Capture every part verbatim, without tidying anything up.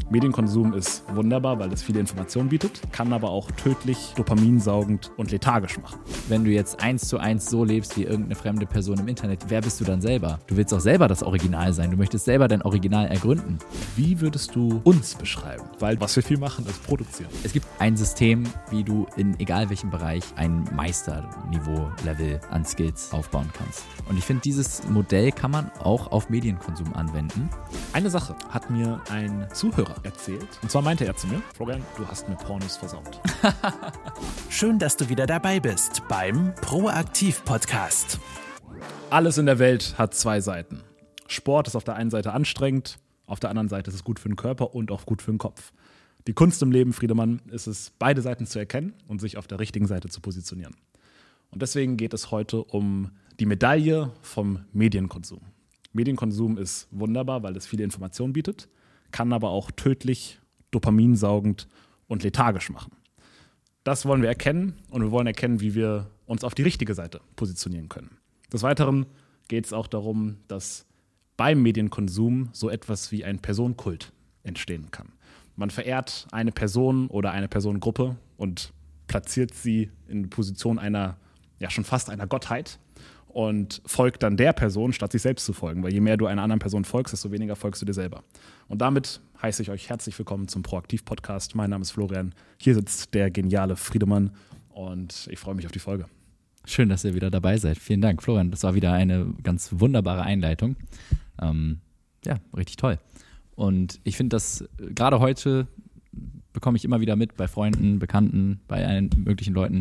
Medienkonsum ist wunderbar, weil es viele Informationen bietet, kann aber auch tödlich, dopaminsaugend und lethargisch machen. Wenn du jetzt eins zu eins so lebst wie irgendeine fremde Person im Internet, wer bist du dann selber? Du willst auch selber das Original sein, du möchtest selber dein Original ergründen. Wie würdest du uns beschreiben? Weil was wir viel machen, ist produzieren. Es gibt ein System, wie du in egal welchem Bereich ein Meisterniveau-Level an Skills aufbauen kannst. Und ich finde, dieses Modell kann man auch auf Medienkonsum anwenden. Eine Sache hat mir ein Zuhörer erzählt. Und zwar meinte er zu mir: Florian, du hast mir Pornos versaut. Schön, dass du wieder dabei bist beim Proaktiv-Podcast. Alles in der Welt hat zwei Seiten. Sport ist auf der einen Seite anstrengend, auf der anderen Seite ist es gut für den Körper und auch gut für den Kopf. Die Kunst im Leben, Friedemann, ist es, beide Seiten zu erkennen und sich auf der richtigen Seite zu positionieren. Und deswegen geht es heute um die Medaille vom Medienkonsum. Medienkonsum ist wunderbar, weil es viele Informationen bietet, kann aber auch tödlich, dopaminsaugend und lethargisch machen. Das wollen wir erkennen und wir wollen erkennen, wie wir uns auf die richtige Seite positionieren können. Des Weiteren geht es auch darum, dass beim Medienkonsum so etwas wie ein Personenkult entstehen kann. Man verehrt eine Person oder eine Personengruppe und platziert sie in Position einer, ja schon fast einer Gottheit und folgt dann der Person, statt sich selbst zu folgen. Weil je mehr du einer anderen Person folgst, desto weniger folgst du dir selber. Und damit heiße ich euch herzlich willkommen zum Proaktiv-Podcast. Mein Name ist Florian. Hier sitzt der geniale Friedemann und ich freue mich auf die Folge. Schön, dass ihr wieder dabei seid. Vielen Dank, Florian. Das war wieder eine ganz wunderbare Einleitung. Ähm, ja, richtig toll. Und ich finde, dass gerade heute bekomme ich immer wieder mit bei Freunden, Bekannten, bei allen möglichen Leuten,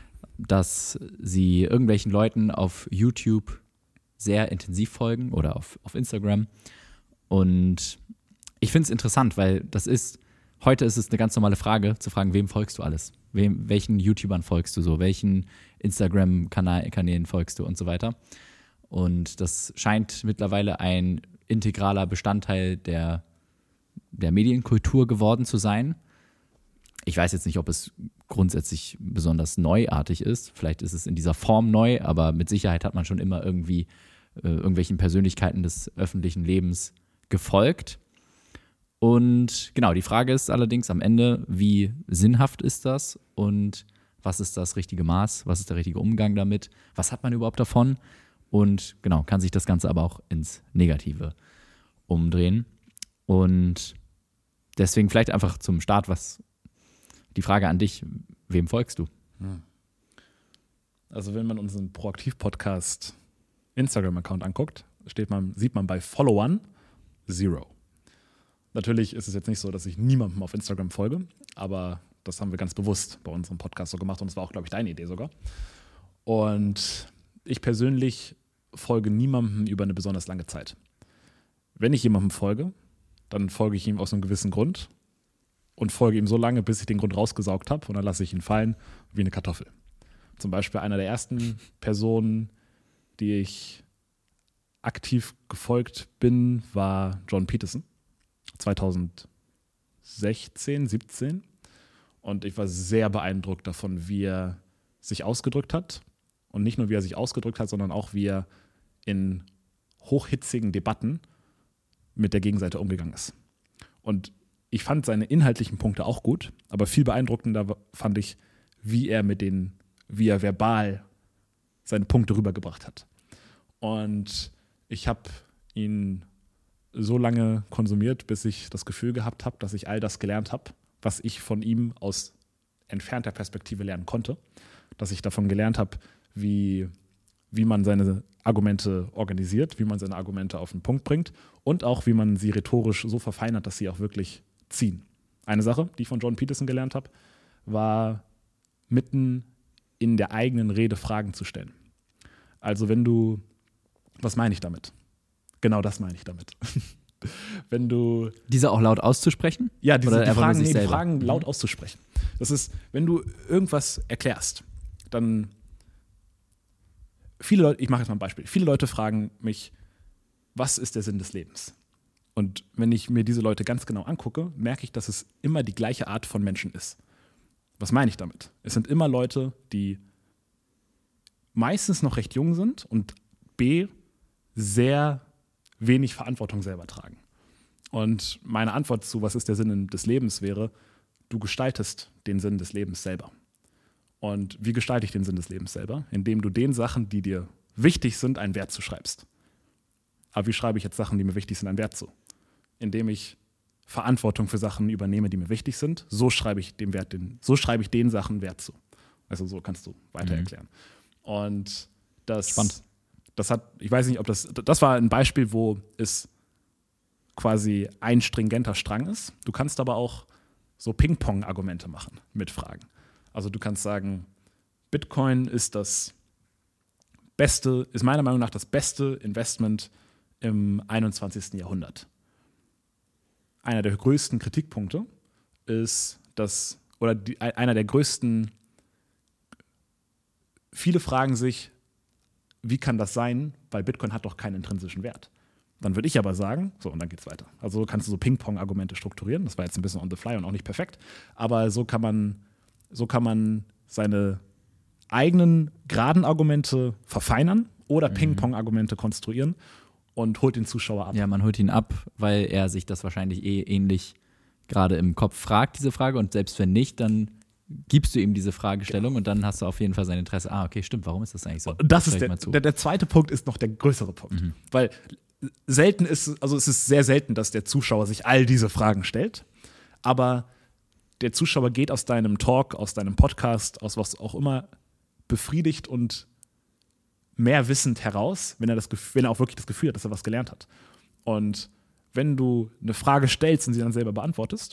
dass sie irgendwelchen Leuten auf YouTube sehr intensiv folgen oder auf, auf Instagram. Und ich finde es interessant, weil das ist, heute ist es eine ganz normale Frage, zu fragen, wem folgst du alles? Wem, welchen YouTubern folgst du so? Welchen Instagram-Kanälen folgst du und so weiter? Und das scheint mittlerweile ein integraler Bestandteil der, der Medienkultur geworden zu sein. Ich weiß jetzt nicht, ob es grundsätzlich besonders neuartig ist. Vielleicht ist es in dieser Form neu, aber mit Sicherheit hat man schon immer irgendwie äh, irgendwelchen Persönlichkeiten des öffentlichen Lebens gefolgt. Und genau, die Frage ist allerdings am Ende, wie sinnhaft ist das und was ist das richtige Maß, was ist der richtige Umgang damit, was hat man überhaupt davon und genau, kann sich das Ganze aber auch ins Negative umdrehen. Und deswegen vielleicht einfach zum Start, was die Frage an dich, wem folgst du? Also wenn man unseren Proaktiv-Podcast Instagram-Account anguckt, steht man, sieht man bei Followern Zero. Natürlich ist es jetzt nicht so, dass ich niemandem auf Instagram folge, aber das haben wir ganz bewusst bei unserem Podcast so gemacht und es war auch, glaube ich, deine Idee sogar. Und ich persönlich folge niemandem über eine besonders lange Zeit. Wenn ich jemandem folge, dann folge ich ihm aus einem gewissen Grund und folge ihm so lange, bis ich den Grund rausgesaugt habe und dann lasse ich ihn fallen wie eine Kartoffel. Zum Beispiel einer der ersten Personen, die ich aktiv gefolgt bin, war John Peterson. zwanzig sechzehn, siebzehn. Und ich war sehr beeindruckt davon, wie er sich ausgedrückt hat. Und nicht nur, wie er sich ausgedrückt hat, sondern auch, wie er in hochhitzigen Debatten mit der Gegenseite umgegangen ist. Und ich fand seine inhaltlichen Punkte auch gut, aber viel beeindruckender fand ich, wie er mit den, wie er verbal seine Punkte rübergebracht hat. Und ich habe ihn so lange konsumiert, bis ich das Gefühl gehabt habe, dass ich all das gelernt habe, was ich von ihm aus entfernter Perspektive lernen konnte. Dass ich davon gelernt habe, wie, wie man seine Argumente organisiert, wie man seine Argumente auf den Punkt bringt und auch, wie man sie rhetorisch so verfeinert, dass sie auch wirklich ziehen. Eine Sache, die ich von John Peterson gelernt habe, war mitten in der eigenen Rede Fragen zu stellen. Also wenn du, was meine ich damit? Genau das meine ich damit. Wenn du Diese auch laut auszusprechen? Ja, diese, Oder die, Fragen, nur sich nee, die selber? Fragen laut auszusprechen. Das ist, wenn du irgendwas erklärst, dann viele Leute, ich mache jetzt mal ein Beispiel, viele Leute fragen mich, was ist der Sinn des Lebens? Und wenn ich mir diese Leute ganz genau angucke, merke ich, dass es immer die gleiche Art von Menschen ist. Was meine ich damit? Es sind immer Leute, die meistens noch recht jung sind und B, sehr wenig Verantwortung selber tragen. Und meine Antwort zu, was ist der Sinn des Lebens, wäre, du gestaltest den Sinn des Lebens selber. Und wie gestalte ich den Sinn des Lebens selber? Indem du den Sachen, die dir wichtig sind, einen Wert zuschreibst. Aber wie schreibe ich jetzt Sachen, die mir wichtig sind, einen Wert zu? Indem ich Verantwortung für Sachen übernehme, die mir wichtig sind, so schreibe ich dem Wert, den, so schreibe ich den Sachen Wert zu. Also so kannst du weiter Mhm. erklären. Und das, Spannend. das hat, ich weiß nicht, ob das, das war ein Beispiel, wo es quasi ein stringenter Strang ist. Du kannst aber auch so Ping-Pong-Argumente machen mit Fragen. Also du kannst sagen, Bitcoin ist das beste, ist meiner Meinung nach das beste Investment im einundzwanzigsten Jahrhundert. Einer der größten Kritikpunkte ist, dass, oder die, einer der größten, viele fragen sich, wie kann das sein, weil Bitcoin hat doch keinen intrinsischen Wert. Dann würde ich aber sagen, so, und dann geht's weiter. Also kannst du so Ping-Pong-Argumente strukturieren. Das war jetzt ein bisschen on the fly und auch nicht perfekt. Aber so kann man, so kann man seine eigenen geraden Argumente verfeinern oder mhm. Ping-Pong-Argumente konstruieren und holt den Zuschauer ab. Ja, man holt ihn ab, weil er sich das wahrscheinlich eh ähnlich gerade im Kopf fragt, diese Frage. Und selbst wenn nicht, dann gibst du ihm diese Fragestellung, genau. Und dann hast du auf jeden Fall sein Interesse. Ah, okay, stimmt, warum ist das eigentlich so? Und das ist der, der, der zweite Punkt ist noch der größere Punkt. Mhm. Weil selten ist, also es ist sehr selten, dass der Zuschauer sich all diese Fragen stellt. Aber der Zuschauer geht aus deinem Talk, aus deinem Podcast, aus was auch immer, befriedigt und mehr wissend heraus, wenn er, das, wenn er auch wirklich das Gefühl hat, dass er was gelernt hat. Und wenn du eine Frage stellst und sie dann selber beantwortest,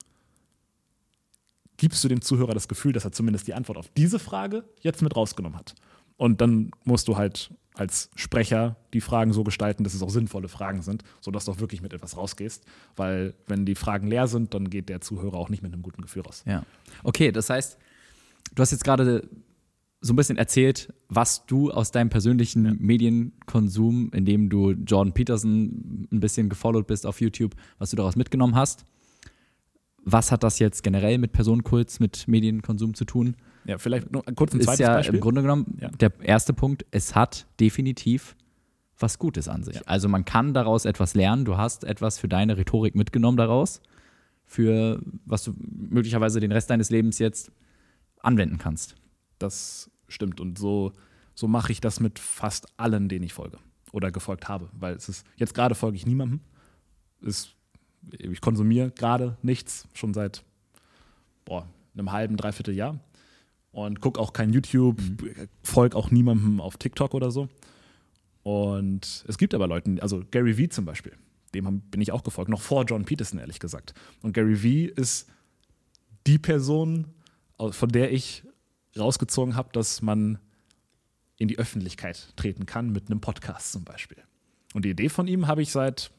gibst du dem Zuhörer das Gefühl, dass er zumindest die Antwort auf diese Frage jetzt mit rausgenommen hat. Und dann musst du halt als Sprecher die Fragen so gestalten, dass es auch sinnvolle Fragen sind, sodass du auch wirklich mit etwas rausgehst. Weil wenn die Fragen leer sind, dann geht der Zuhörer auch nicht mit einem guten Gefühl raus. Ja. Okay, das heißt, du hast jetzt gerade so ein bisschen erzählt, was du aus deinem persönlichen ja. Medienkonsum, indem du Jordan Peterson ein bisschen gefollowt bist auf YouTube, was du daraus mitgenommen hast. Was hat das jetzt generell mit Personenkult, mit Medienkonsum zu tun? Ja, vielleicht nur kurz ein zweites ist ja Beispiel. Im Grunde genommen ja. der erste Punkt, es hat definitiv was Gutes an sich. Ja. Also man kann daraus etwas lernen, du hast etwas für deine Rhetorik mitgenommen daraus, für was du möglicherweise den Rest deines Lebens jetzt anwenden kannst. Das stimmt und so, so mache ich das mit fast allen, denen ich folge oder gefolgt habe, weil es ist, jetzt gerade folge ich niemandem, ist, ich konsumiere gerade nichts, schon seit boah, einem halben, dreiviertel Jahr. Und gucke auch kein YouTube, mhm. folge auch niemandem auf TikTok oder so. Und es gibt aber Leute, also Gary Vee zum Beispiel, dem bin ich auch gefolgt, noch vor Jordan Peterson, ehrlich gesagt. Und Gary Vee ist die Person, von der ich rausgezogen habe, dass man in die Öffentlichkeit treten kann mit einem Podcast zum Beispiel. Und die Idee von ihm habe ich seit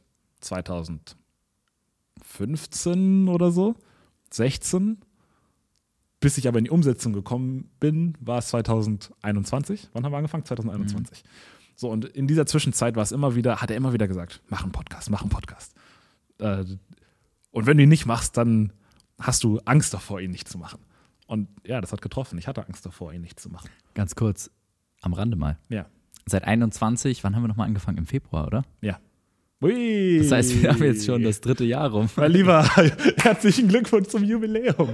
zweitausendfünfzehn oder so, sechzehn. Bis ich aber in die Umsetzung gekommen bin, war es zweitausendeinundzwanzig. Wann haben wir angefangen? zweitausendeinundzwanzig. Mhm. So, und in dieser Zwischenzeit war es immer wieder, hat er immer wieder gesagt, mach einen Podcast, mach einen Podcast. Äh, und wenn du ihn nicht machst, dann hast du Angst davor, ihn nicht zu machen. Und ja, das hat getroffen. Ich hatte Angst davor, ihn nicht zu machen. Ganz kurz, am Rande mal. Ja. Seit einundzwanzig, wann haben wir nochmal angefangen? Im Februar, oder? Ja. Ui. Das heißt, wir haben jetzt schon das dritte Jahr rum. Mein Lieber, herzlichen Glückwunsch zum Jubiläum.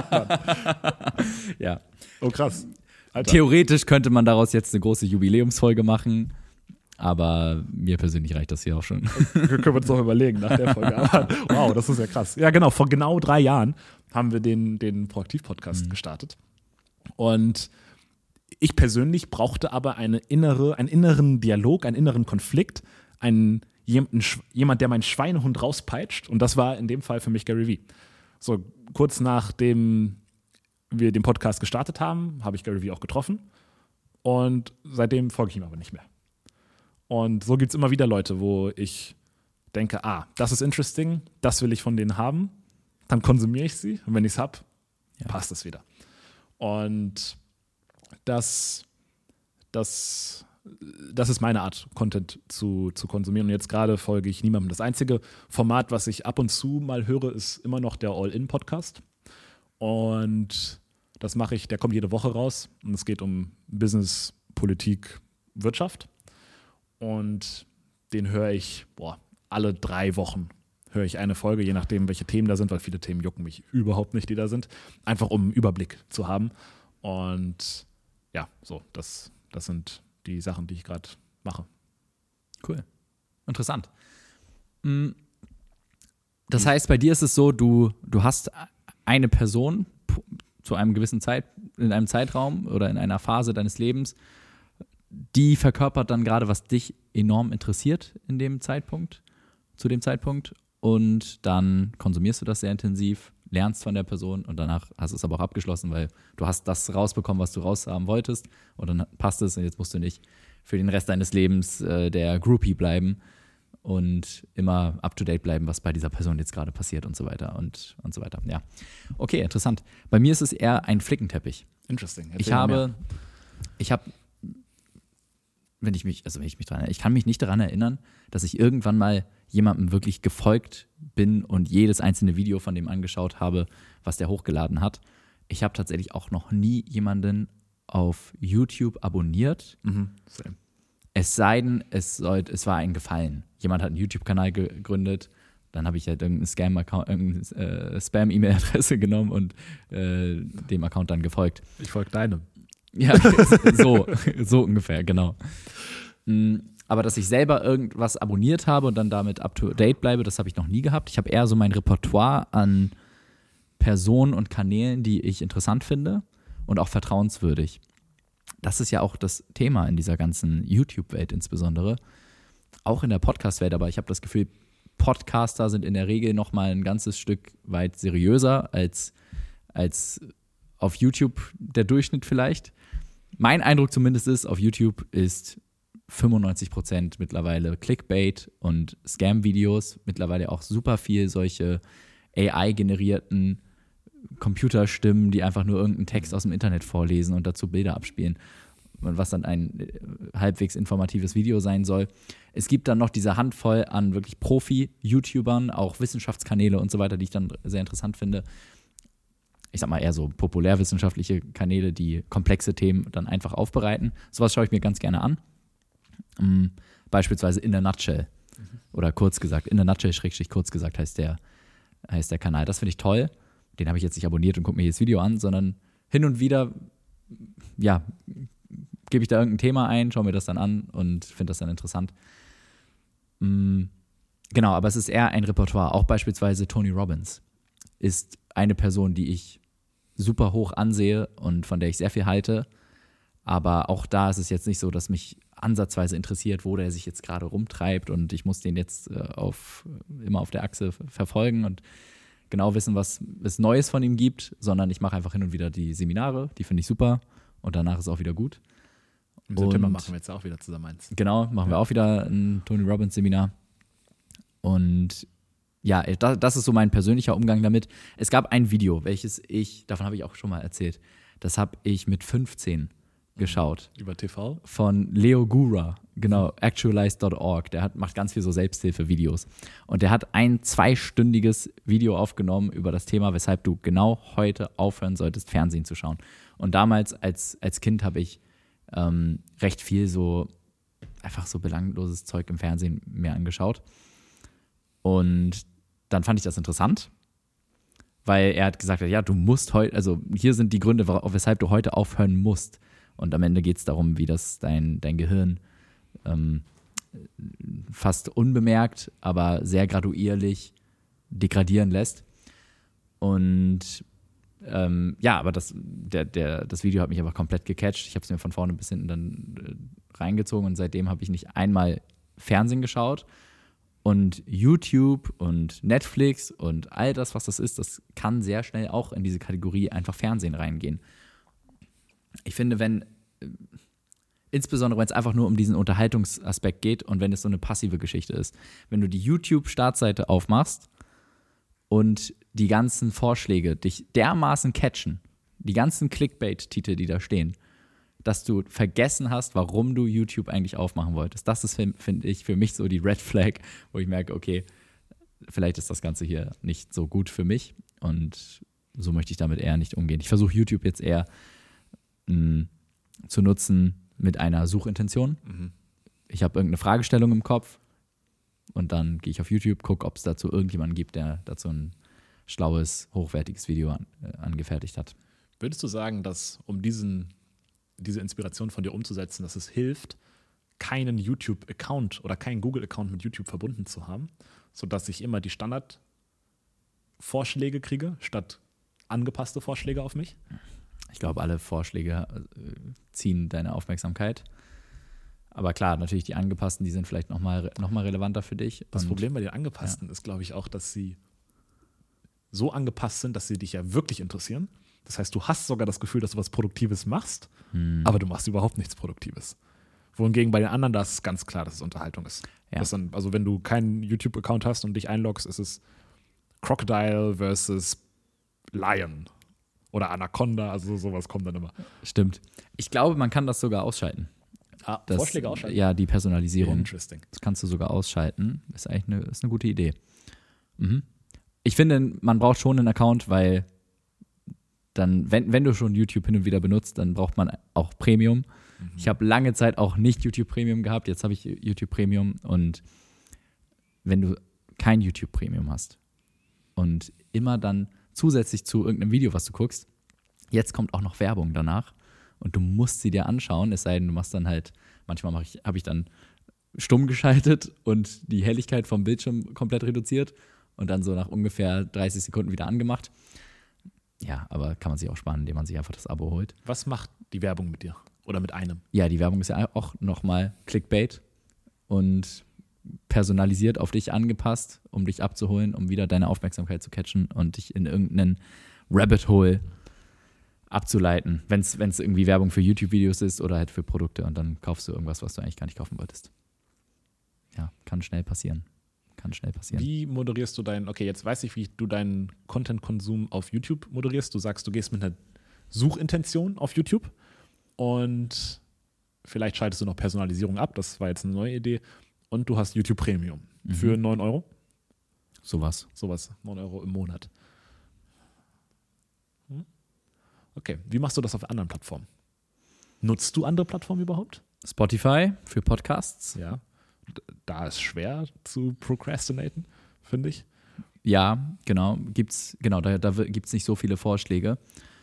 Ja. Oh, krass. Alter. Theoretisch könnte man daraus jetzt eine große Jubiläumsfolge machen, aber mir persönlich reicht das hier auch schon. Wir können uns noch überlegen nach der Folge. Aber wow, das ist ja krass. Ja, genau, vor genau drei Jahren haben wir den, den Proaktiv-Podcast mhm. gestartet. Und ich persönlich brauchte aber eine innere, einen inneren Dialog, einen inneren Konflikt, einen jemand, der meinen Schweinehund rauspeitscht. Und das war in dem Fall für mich Gary Vee. So, kurz nachdem wir den Podcast gestartet haben, habe ich Gary Vee auch getroffen. Und seitdem folge ich ihm aber nicht mehr. Und so gibt es immer wieder Leute, wo ich denke, ah, das ist interesting, das will ich von denen haben. Dann konsumiere ich sie. Und wenn ich es habe, ja. passt es wieder. Und das, das Das ist meine Art, Content zu, zu konsumieren. Und jetzt gerade folge ich niemandem. Das einzige Format, was ich ab und zu mal höre, ist immer noch der All-In-Podcast. Und das mache ich, der kommt jede Woche raus. Und es geht um Business, Politik, Wirtschaft. Und den höre ich, boah, alle drei Wochen höre ich eine Folge, je nachdem, welche Themen da sind, weil viele Themen jucken mich überhaupt nicht, die da sind. Einfach um einen Überblick zu haben. Und ja, so, das, das sind die Sachen, die ich gerade mache. Cool. Interessant. Das heißt, bei dir ist es so, du, du hast eine Person zu einem gewissen Zeit, in einem Zeitraum oder in einer Phase deines Lebens, die verkörpert dann gerade, was dich enorm interessiert in dem Zeitpunkt, zu dem Zeitpunkt. Und dann konsumierst du das sehr intensiv, lernst von der Person und danach hast du es aber auch abgeschlossen, weil du hast das rausbekommen, was du raushaben wolltest und dann passt es und jetzt musst du nicht für den Rest deines Lebens äh, der Groupie bleiben und immer up-to-date bleiben, was bei dieser Person jetzt gerade passiert und so weiter und, und so weiter. Ja, okay, interessant. Bei mir ist es eher ein Flickenteppich. Interesting. Erzähl Ich habe, ich habe, wenn ich mich, also wenn ich mich dran erinnere, ich kann mich nicht daran erinnern, dass ich irgendwann mal jemandem wirklich gefolgt bin und jedes einzelne Video von dem angeschaut habe, was der hochgeladen hat. Ich habe tatsächlich auch noch nie jemanden auf YouTube abonniert. Mhm, same. Es sei denn, es, soll, es war ein Gefallen. Jemand hat einen YouTube-Kanal gegründet, dann habe ich halt irgendeine Scam-Account, irgendeine äh, Spam-E-Mail-Adresse genommen und äh, dem Account dann gefolgt. Ich folge deinem. Ja, so, so ungefähr, genau. Aber dass ich selber irgendwas abonniert habe und dann damit up-to-date bleibe, das habe ich noch nie gehabt. Ich habe eher so mein Repertoire an Personen und Kanälen, die ich interessant finde und auch vertrauenswürdig. Das ist ja auch das Thema in dieser ganzen YouTube-Welt insbesondere. Auch in der Podcast-Welt, aber ich habe das Gefühl, Podcaster sind in der Regel noch mal ein ganzes Stück weit seriöser als, als auf YouTube der Durchschnitt vielleicht. Mein Eindruck zumindest ist, auf YouTube ist fünfundneunzig Prozent mittlerweile Clickbait und Scam-Videos, mittlerweile auch super viel solche A I-generierten Computerstimmen, die einfach nur irgendeinen Text aus dem Internet vorlesen und dazu Bilder abspielen, was dann ein halbwegs informatives Video sein soll. Es gibt dann noch diese Handvoll an wirklich Profi-YouTubern, auch Wissenschaftskanäle und so weiter, die ich dann sehr interessant finde. Ich sag mal eher so populärwissenschaftliche Kanäle, die komplexe Themen dann einfach aufbereiten. Sowas schaue ich mir ganz gerne an. Um, beispielsweise In a Nutshell. Mhm. Oder kurz gesagt, In a Nutshell, schrägstrich kurz gesagt, heißt der, heißt der Kanal. Das finde ich toll. Den habe ich jetzt nicht abonniert und gucke mir jedes Video an, sondern hin und wieder, ja, gebe ich da irgendein Thema ein, schaue mir das dann an und finde das dann interessant. Um, genau, aber es ist eher ein Repertoire. Auch beispielsweise Tony Robbins ist eine Person, die ich super hoch ansehe und von der ich sehr viel halte. Aber auch da ist es jetzt nicht so, dass mich ansatzweise interessiert, wo der sich jetzt gerade rumtreibt und ich muss den jetzt äh, auf, immer auf der Achse verfolgen und genau wissen, was es Neues von ihm gibt, sondern ich mache einfach hin und wieder die Seminare, die finde ich super und danach ist auch wieder gut. Im September machen wir jetzt auch wieder zusammen eins. Genau, machen wir auch wieder ein Tony Robbins Seminar. Und ja, das, das ist so mein persönlicher Umgang damit. Es gab ein Video, welches ich, davon habe ich auch schon mal erzählt, das habe ich mit fünfzehn geschaut. Über T V? Von Leo Gura, genau, actualize Punkt org. Der hat, macht ganz viel so Selbsthilfe-Videos. Und der hat ein zweistündiges Video aufgenommen über das Thema, weshalb du genau heute aufhören solltest, Fernsehen zu schauen. Und damals als, als Kind habe ich ähm, recht viel so, einfach so belangloses Zeug im Fernsehen mir angeschaut. Und dann fand ich das interessant, weil er hat gesagt, ja, du musst heute, also hier sind die Gründe, weshalb du heute aufhören musst. Und am Ende geht es darum, wie das dein, dein Gehirn ähm, fast unbemerkt, aber sehr graduierlich degradieren lässt. Und ähm, ja, aber das, der, der, das Video hat mich aber komplett gecatcht. Ich habe es mir von vorne bis hinten dann äh, reingezogen und seitdem habe ich nicht einmal Fernsehen geschaut. Und YouTube und Netflix und all das, was das ist, das kann sehr schnell auch in diese Kategorie einfach Fernsehen reingehen. Ich finde, wenn, insbesondere wenn es einfach nur um diesen Unterhaltungsaspekt geht und wenn es so eine passive Geschichte ist, wenn du die YouTube-Startseite aufmachst und die ganzen Vorschläge dich dermaßen catchen, die ganzen Clickbait-Titel, die da stehen, dass du vergessen hast, warum du YouTube eigentlich aufmachen wolltest. Das ist, finde ich, für mich so die Red Flag, wo ich merke, okay, vielleicht ist das Ganze hier nicht so gut für mich und so möchte ich damit eher nicht umgehen. Ich versuche YouTube jetzt eher mh, zu nutzen mit einer Suchintention. Mhm. Ich habe irgendeine Fragestellung im Kopf und dann gehe ich auf YouTube, gucke, ob es dazu irgendjemanden gibt, der dazu ein schlaues, hochwertiges Video an, äh, angefertigt hat. Würdest du sagen, dass um diesen, diese Inspiration von dir umzusetzen, dass es hilft, keinen YouTube-Account oder keinen Google-Account mit YouTube verbunden zu haben, sodass ich immer die Standard-Vorschläge kriege, statt angepasste Vorschläge auf mich? Ich glaube, alle Vorschläge äh, ziehen deine Aufmerksamkeit. Aber klar, natürlich die angepassten, die sind vielleicht nochmal noch mal relevanter für dich. Das Und Problem bei den angepassten ja. ist, glaube ich, auch, dass sie so angepasst sind, dass sie dich ja wirklich interessieren. Das heißt, du hast sogar das Gefühl, dass du was Produktives machst, hm. aber du machst überhaupt nichts Produktives. Wohingegen bei den anderen, da ist ganz klar, dass es Unterhaltung ist. Ja. Das dann, also wenn du keinen YouTube-Account hast und dich einloggst, ist es Crocodile versus Lion oder Anaconda, also sowas kommt dann immer. Stimmt. Ich glaube, man kann das sogar ausschalten. Ah, das, Vorschläge ausschalten? Ja, die Personalisierung. Interesting. Das kannst du sogar ausschalten. Das ist eigentlich eine, ist eine gute Idee. Mhm. Ich finde, man braucht schon einen Account, weil dann, wenn, wenn du schon YouTube hin und wieder benutzt, dann braucht man auch Premium. Mhm. Ich habe lange Zeit auch nicht YouTube Premium gehabt, jetzt habe ich YouTube Premium und wenn du kein YouTube Premium hast und immer dann zusätzlich zu irgendeinem Video, was du guckst, jetzt kommt auch noch Werbung danach und du musst sie dir anschauen, es sei denn, du machst dann halt, manchmal mache ich, habe ich dann stumm geschaltet und die Helligkeit vom Bildschirm komplett reduziert und dann so nach ungefähr dreißig Sekunden wieder angemacht. Ja, aber kann man sich auch sparen, indem man sich einfach das Abo holt. Was macht die Werbung mit dir? Oder mit einem? Ja, die Werbung ist ja auch nochmal Clickbait und personalisiert auf dich angepasst, um dich abzuholen, um wieder deine Aufmerksamkeit zu catchen und dich in irgendeinen Rabbit Hole abzuleiten, wenn es irgendwie Werbung für YouTube-Videos ist oder halt für Produkte und dann kaufst du irgendwas, was du eigentlich gar nicht kaufen wolltest. Ja, kann schnell passieren. Kann schnell passieren. Wie moderierst du deinen, okay, jetzt weiß ich, wie du deinen Content-Konsum auf YouTube moderierst. Du sagst, du gehst mit einer Suchintention auf YouTube und vielleicht schaltest du noch Personalisierung ab, das war jetzt eine neue Idee. Und du hast YouTube Premium Mhm. für neun Euro. Sowas. Sowas, neun Euro im Monat. Hm? Okay, wie machst du das auf anderen Plattformen? Nutzt du andere Plattformen überhaupt? Spotify für Podcasts. Ja. D- Da ist schwer zu procrastinaten, finde ich. Ja, genau. Gibt's, genau, da, da gibt es nicht so viele Vorschläge.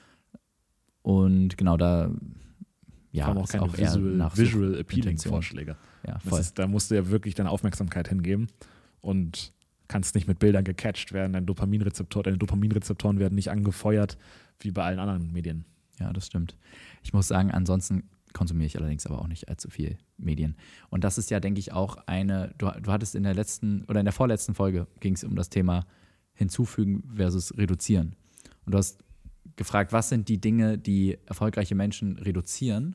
Und genau, da ja, Vor allem auch ist keine auch eher visual, nach visual Such- appealing Intention. Vorschläge. Ja, Das voll. ist, da musst du ja wirklich deine Aufmerksamkeit hingeben und kannst nicht mit Bildern gecatcht werden. Dein Dopaminrezeptor, deine Dopaminrezeptoren werden nicht angefeuert, wie bei allen anderen Medien. Ja, das stimmt. Ich muss sagen, ansonsten konsumiere ich allerdings aber auch nicht allzu viel Medien. Und das ist ja, denke ich, auch eine, du, du hattest in der letzten oder in der vorletzten Folge ging es um das Thema hinzufügen versus reduzieren. Und du hast gefragt, was sind die Dinge, die erfolgreiche Menschen reduzieren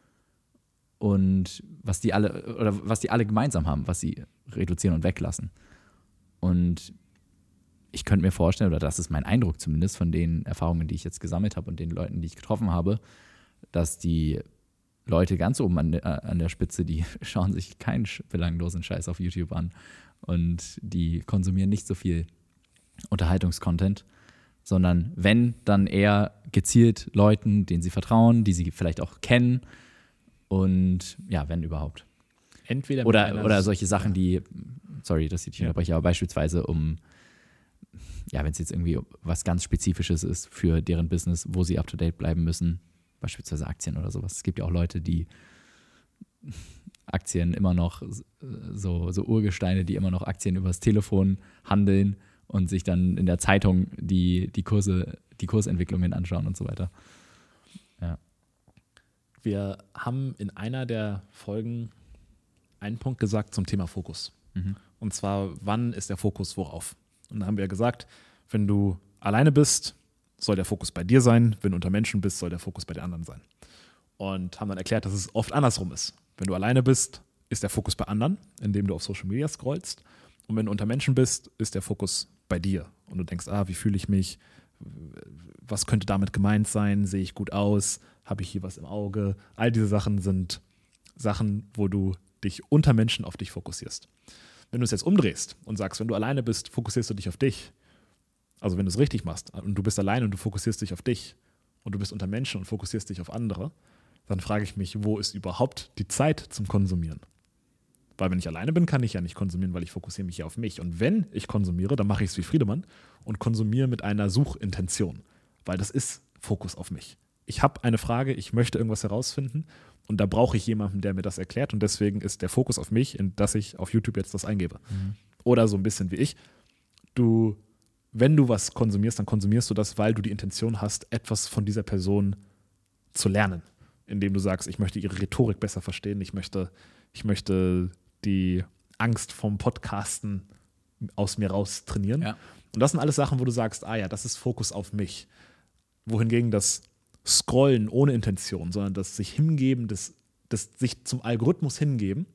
und was die alle oder was die alle gemeinsam haben, was sie reduzieren und weglassen. Und ich könnte mir vorstellen, oder das ist mein Eindruck zumindest von den Erfahrungen, die ich jetzt gesammelt habe und den Leuten, die ich getroffen habe, dass die Leute ganz oben an der, an der Spitze, die schauen sich keinen belanglosen Scheiß auf YouTube an und die konsumieren nicht so viel Unterhaltungscontent, sondern wenn, dann eher gezielt Leuten, denen sie vertrauen, die sie vielleicht auch kennen und ja, wenn überhaupt. Entweder mit Oder, einer- oder solche Sachen, die, sorry, dass ich dich Ja. unterbreche, aber beispielsweise um, ja, wenn es jetzt irgendwie was ganz Spezifisches ist für deren Business, wo sie up-to-date bleiben müssen, beispielsweise Aktien oder sowas. Es gibt ja auch Leute, die Aktien immer noch, so, so Urgesteine, die immer noch Aktien übers Telefon handeln und sich dann in der Zeitung die, die Kurse, die Kursentwicklungen anschauen und so weiter. Ja. Wir haben in einer der Folgen einen Punkt gesagt zum Thema Fokus. Mhm. Und zwar, wann ist der Fokus worauf? Und da haben wir gesagt, wenn du alleine bist, soll der Fokus bei dir sein. Wenn du unter Menschen bist, soll der Fokus bei den anderen sein. Und haben dann erklärt, dass es oft andersrum ist. Wenn du alleine bist, ist der Fokus bei anderen, indem du auf Social Media scrollst. Und wenn du unter Menschen bist, ist der Fokus bei dir. Und du denkst, ah, wie fühle ich mich? Was könnte damit gemeint sein? Sehe ich gut aus? Habe ich hier was im Auge? All diese Sachen sind Sachen, wo du dich unter Menschen auf dich fokussierst. Wenn du es jetzt umdrehst und sagst, wenn du alleine bist, fokussierst du dich auf dich. Also wenn du es richtig machst und du bist allein und du fokussierst dich auf dich und du bist unter Menschen und fokussierst dich auf andere, dann frage ich mich, wo ist überhaupt die Zeit zum Konsumieren? Weil wenn ich alleine bin, kann ich ja nicht konsumieren, weil ich fokussiere mich ja auf mich. Und wenn ich konsumiere, dann mache ich es wie Friedemann und konsumiere mit einer Suchintention, weil das ist Fokus auf mich. Ich habe eine Frage, ich möchte irgendwas herausfinden und da brauche ich jemanden, der mir das erklärt und deswegen ist der Fokus auf mich, in dass ich auf YouTube jetzt das eingebe. Mhm. Oder so ein bisschen wie ich. Du, wenn du was konsumierst, dann konsumierst du das, weil du die Intention hast, etwas von dieser Person zu lernen, indem du sagst, ich möchte ihre Rhetorik besser verstehen, ich möchte, ich möchte die Angst vom Podcasten aus mir raus trainieren. Ja. Und das sind alles Sachen, wo du sagst, ah ja, das ist Fokus auf mich. Wohingegen das Scrollen ohne Intention, sondern das sich hingeben, das, das sich zum Algorithmus hingeben,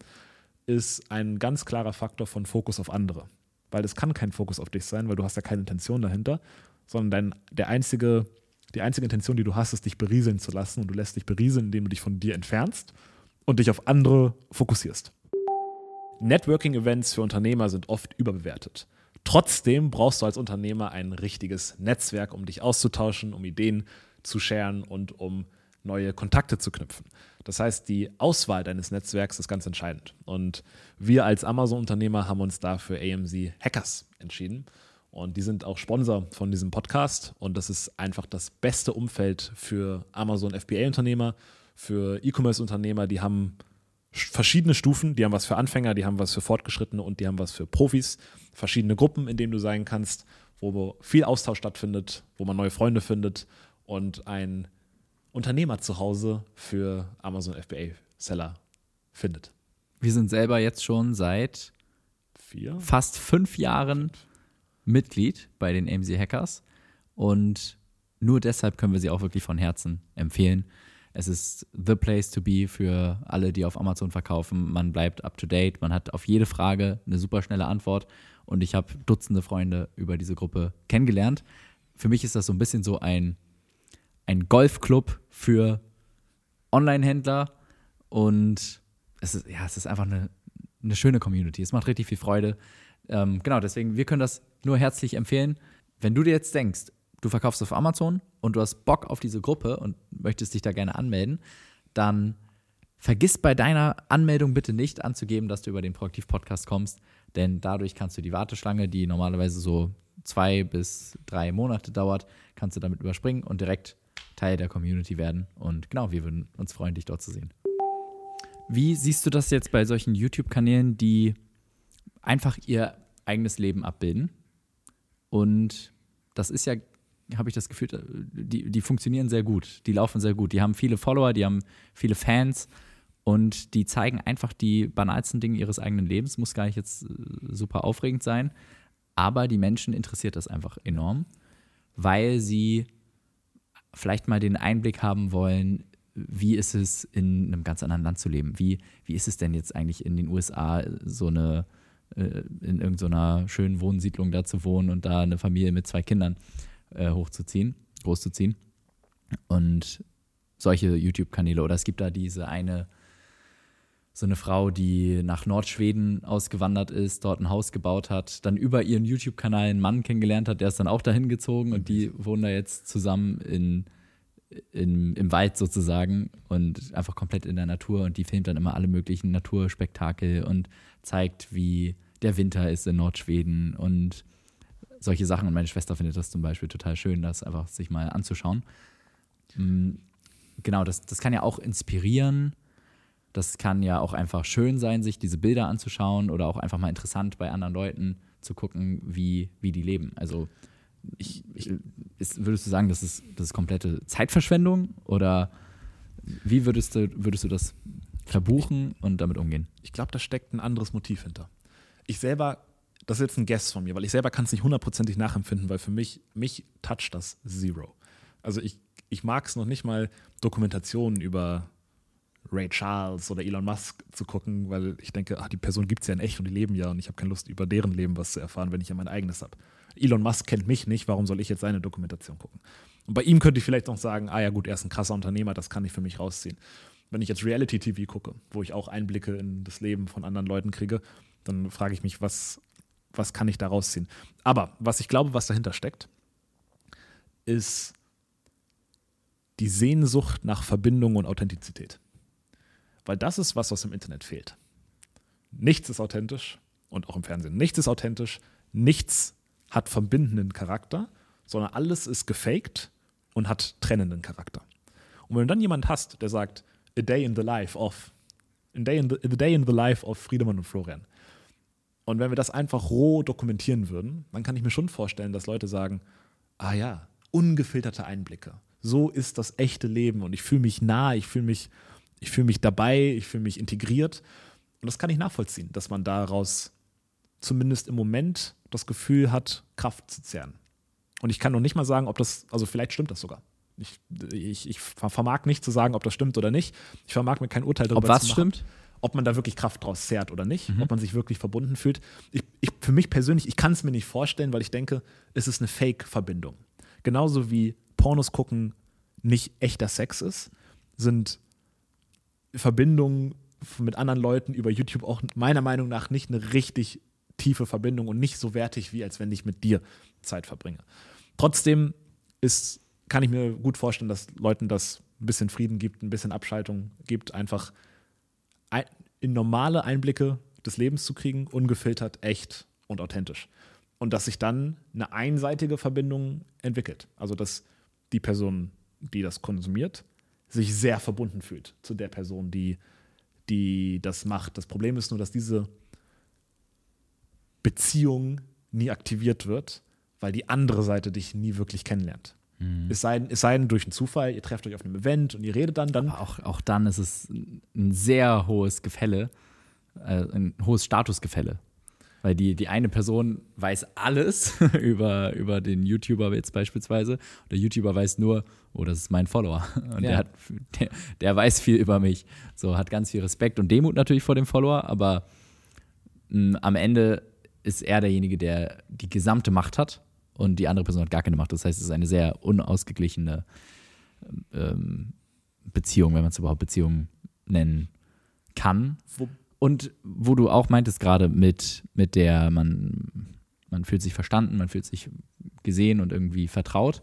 ist ein ganz klarer Faktor von Fokus auf andere. Weil es kann kein Fokus auf dich sein, weil du hast ja keine Intention dahinter, sondern dein, der einzige, die einzige Intention, die du hast, ist, dich berieseln zu lassen und du lässt dich berieseln, indem du dich von dir entfernst und dich auf andere fokussierst. Networking-Events für Unternehmer sind oft überbewertet. Trotzdem brauchst du als Unternehmer ein richtiges Netzwerk, um dich auszutauschen, um Ideen zu sharen und um neue Kontakte zu knüpfen. Das heißt, die Auswahl deines Netzwerks ist ganz entscheidend. Und wir als Amazon-Unternehmer haben uns da für A M Z Hackers entschieden. Und die sind auch Sponsor von diesem Podcast. Und das ist einfach das beste Umfeld für Amazon F B A-Unternehmer, für E-Commerce-Unternehmer. Die haben verschiedene Stufen, die haben was für Anfänger, die haben was für Fortgeschrittene und die haben was für Profis. Verschiedene Gruppen, in denen du sein kannst, wo viel Austausch stattfindet, wo man neue Freunde findet und ein Unternehmer zu Hause für Amazon F B A-Seller findet. Wir sind selber jetzt schon seit Vier? fast fünf Jahren fünf. Mitglied bei den A M Z Hackers und nur deshalb können wir sie auch wirklich von Herzen empfehlen. Es ist the place to be für alle, die auf Amazon verkaufen. Man bleibt up to date, man hat auf jede Frage eine super schnelle Antwort und ich habe Dutzende Freunde über diese Gruppe kennengelernt. Für mich ist das so ein bisschen so ein, ein Golfclub für Online-Händler und es ist, ja, es ist einfach eine, eine schöne Community. Es macht richtig viel Freude. Ähm, genau, deswegen, wir können das nur herzlich empfehlen. Wenn du dir jetzt denkst, du verkaufst auf Amazon und du hast Bock auf diese Gruppe und möchtest dich da gerne anmelden, dann vergiss bei deiner Anmeldung bitte nicht anzugeben, dass du über den Proaktiv-Podcast kommst, denn dadurch kannst du die Warteschlange, die normalerweise so zwei bis drei Monate dauert, kannst du damit überspringen und direkt Teil der Community werden. Und genau, wir würden uns freuen, dich dort zu sehen. Wie siehst du das jetzt bei solchen YouTube-Kanälen, die einfach ihr eigenes Leben abbilden? Und das ist ja, habe ich das Gefühl, die, die funktionieren sehr gut, die laufen sehr gut. Die haben viele Follower, die haben viele Fans und die zeigen einfach die banalsten Dinge ihres eigenen Lebens. Muss gar nicht jetzt super aufregend sein, aber die Menschen interessiert das einfach enorm, weil sie vielleicht mal den Einblick haben wollen, wie ist es, in einem ganz anderen Land zu leben? Wie, wie ist es denn jetzt eigentlich in den U S A, so eine, in irgendeiner schönen Wohnsiedlung da zu wohnen und da eine Familie mit zwei Kindern äh, hochzuziehen, großzuziehen? Und solche YouTube-Kanäle. Oder es gibt da diese eine, so eine Frau, die nach Nordschweden ausgewandert ist, dort ein Haus gebaut hat, dann über ihren YouTube-Kanal einen Mann kennengelernt hat, der ist dann auch dahin gezogen und die wohnen da jetzt zusammen in In, im Wald sozusagen und einfach komplett in der Natur und die filmt dann immer alle möglichen Naturspektakel und zeigt, wie der Winter ist in Nordschweden und solche Sachen. Und meine Schwester findet das zum Beispiel total schön, das einfach sich mal anzuschauen. Genau, das, das kann ja auch inspirieren. Das kann ja auch einfach schön sein, sich diese Bilder anzuschauen oder auch einfach mal interessant bei anderen Leuten zu gucken, wie, wie die leben. Also Ich, ich, ist, würdest du sagen, das ist, das ist komplette Zeitverschwendung oder wie würdest du, würdest du das verbuchen und damit umgehen? Ich glaube, da steckt ein anderes Motiv hinter. Ich selber, das ist jetzt ein Guess von mir, weil ich selber kann es nicht hundertprozentig nachempfinden, weil für mich, mich toucht das zero. Also ich, ich mag es noch nicht mal, Dokumentationen über Ray Charles oder Elon Musk zu gucken, weil ich denke, ach, die Person gibt es ja in echt und die leben ja und ich habe keine Lust, über deren Leben was zu erfahren, wenn ich ja mein eigenes habe. Elon Musk kennt mich nicht, warum soll ich jetzt seine Dokumentation gucken? Und bei ihm könnte ich vielleicht noch sagen, ah ja gut, er ist ein krasser Unternehmer, das kann ich für mich rausziehen. Wenn ich jetzt Reality-T V gucke, wo ich auch Einblicke in das Leben von anderen Leuten kriege, dann frage ich mich, was, was kann ich da rausziehen? Aber was ich glaube, was dahinter steckt, ist die Sehnsucht nach Verbindung und Authentizität. Weil das ist was, was im Internet fehlt. nichts ist authentisch und auch im Fernsehen. Nichts ist authentisch, nichts hat verbindenden Charakter, sondern alles ist gefaked und hat trennenden Charakter. Und wenn du dann jemanden hast, der sagt, a day in the life of, a day in the, a day in the life of Friedemann und Florian. Und wenn wir das einfach roh dokumentieren würden, dann kann ich mir schon vorstellen, dass Leute sagen, ah ja, ungefilterte Einblicke. So ist das echte Leben und ich fühle mich nah, ich fühle mich, ich fühle mich dabei, ich fühle mich integriert. Und das kann ich nachvollziehen, dass man daraus zumindest im Moment das Gefühl hat, Kraft zu zehren. Und ich kann noch nicht mal sagen, ob das, also vielleicht stimmt das sogar. Ich, ich, ich vermag nicht zu sagen, ob das stimmt oder nicht. Ich vermag mir kein Urteil darüber ob was zu machen. Stimmt? Ob man da wirklich Kraft draus zehrt oder nicht, Mhm. ob man sich wirklich verbunden fühlt. Ich, ich, für mich persönlich, ich kann es mir nicht vorstellen, weil ich denke, es ist eine Fake-Verbindung. Genauso wie Pornos gucken nicht echter Sex ist, sind Verbindungen mit anderen Leuten über YouTube auch meiner Meinung nach nicht eine richtig tiefe Verbindung und nicht so wertig, wie als wenn ich mit dir Zeit verbringe. Trotzdem ist, kann ich mir gut vorstellen, dass Leuten das ein bisschen Frieden gibt, ein bisschen Abschaltung gibt, einfach ein, in normale Einblicke des Lebens zu kriegen, ungefiltert, echt und authentisch. Und dass sich dann eine einseitige Verbindung entwickelt. Also dass die Person, die das konsumiert, sich sehr verbunden fühlt zu der Person, die, die das macht. Das Problem ist nur, dass diese Beziehung nie aktiviert wird, weil die andere Seite dich nie wirklich kennenlernt. Mhm. Es sei, es sei denn durch einen Zufall, ihr trefft euch auf einem Event und ihr redet dann. dann Aber auch, auch dann ist es ein sehr hohes Gefälle, äh, ein hohes Statusgefälle. Weil die, die eine Person weiß alles über, über den YouTuber jetzt beispielsweise. Und der YouTuber weiß nur, oh, das ist mein Follower. Und Ja. der, hat, der, der weiß viel über mich. So, hat ganz viel Respekt und Demut natürlich vor dem Follower, aber mh, am Ende ist er derjenige, der die gesamte Macht hat und die andere Person hat gar keine Macht. Das heißt, es ist eine sehr unausgeglichene ähm, Beziehung, wenn man es überhaupt Beziehung nennen kann. Wo, Und wo du auch meintest gerade mit, mit der, man, man fühlt sich verstanden, man fühlt sich gesehen und irgendwie vertraut.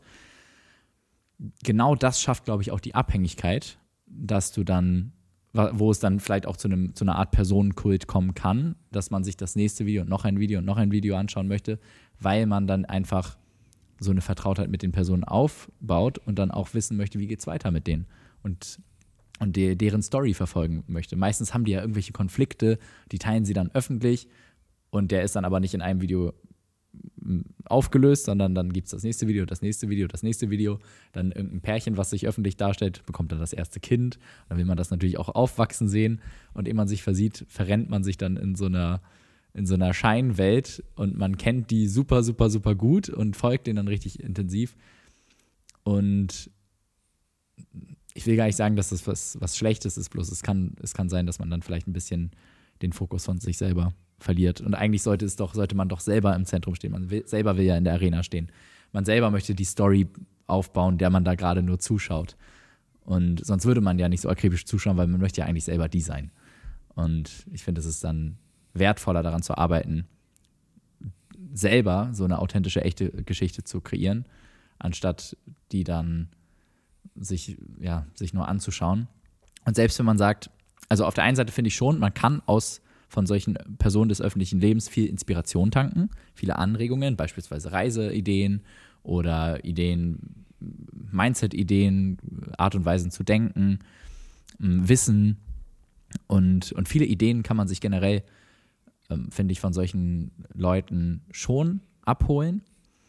Genau das schafft, glaube ich, auch die Abhängigkeit, dass du dann, wo es dann vielleicht auch zu, einem, zu einer Art Personenkult kommen kann, dass man sich das nächste Video und noch ein Video und noch ein Video anschauen möchte, weil man dann einfach so eine Vertrautheit mit den Personen aufbaut und dann auch wissen möchte, wie geht es weiter mit denen. Und und die, deren Story verfolgen möchte. Meistens haben die ja irgendwelche Konflikte, die teilen sie dann öffentlich und der ist dann aber nicht in einem Video aufgelöst, sondern dann gibt es das nächste Video, das nächste Video, das nächste Video, dann irgendein Pärchen, was sich öffentlich darstellt, bekommt dann das erste Kind. Dann will man das natürlich auch aufwachsen sehen und ehe man sich versieht, verrennt man sich dann in so einer, in so einer Scheinwelt und man kennt die super, super, super gut und folgt denen dann richtig intensiv. Und ich will gar nicht sagen, dass das was, was Schlechtes ist, bloß es kann, es kann sein, dass man dann vielleicht ein bisschen den Fokus von sich selber verliert. Und eigentlich sollte es doch, sollte man doch selber im Zentrum stehen. Man will, selber will ja in der Arena stehen. Man selber möchte die Story aufbauen, der man da gerade nur zuschaut. Und sonst würde man ja nicht so akribisch zuschauen, weil man möchte ja eigentlich selber die sein. Und ich finde, es ist dann wertvoller, daran zu arbeiten, selber so eine authentische, echte Geschichte zu kreieren, anstatt die dann sich, ja, sich nur anzuschauen. Und selbst wenn man sagt, also auf der einen Seite finde ich schon, man kann aus von solchen Personen des öffentlichen Lebens viel Inspiration tanken, viele Anregungen, beispielsweise Reiseideen oder Ideen, Mindset-Ideen, Art und Weisen zu denken, Wissen und, und viele Ideen kann man sich generell, ähm, finde ich, von solchen Leuten schon abholen.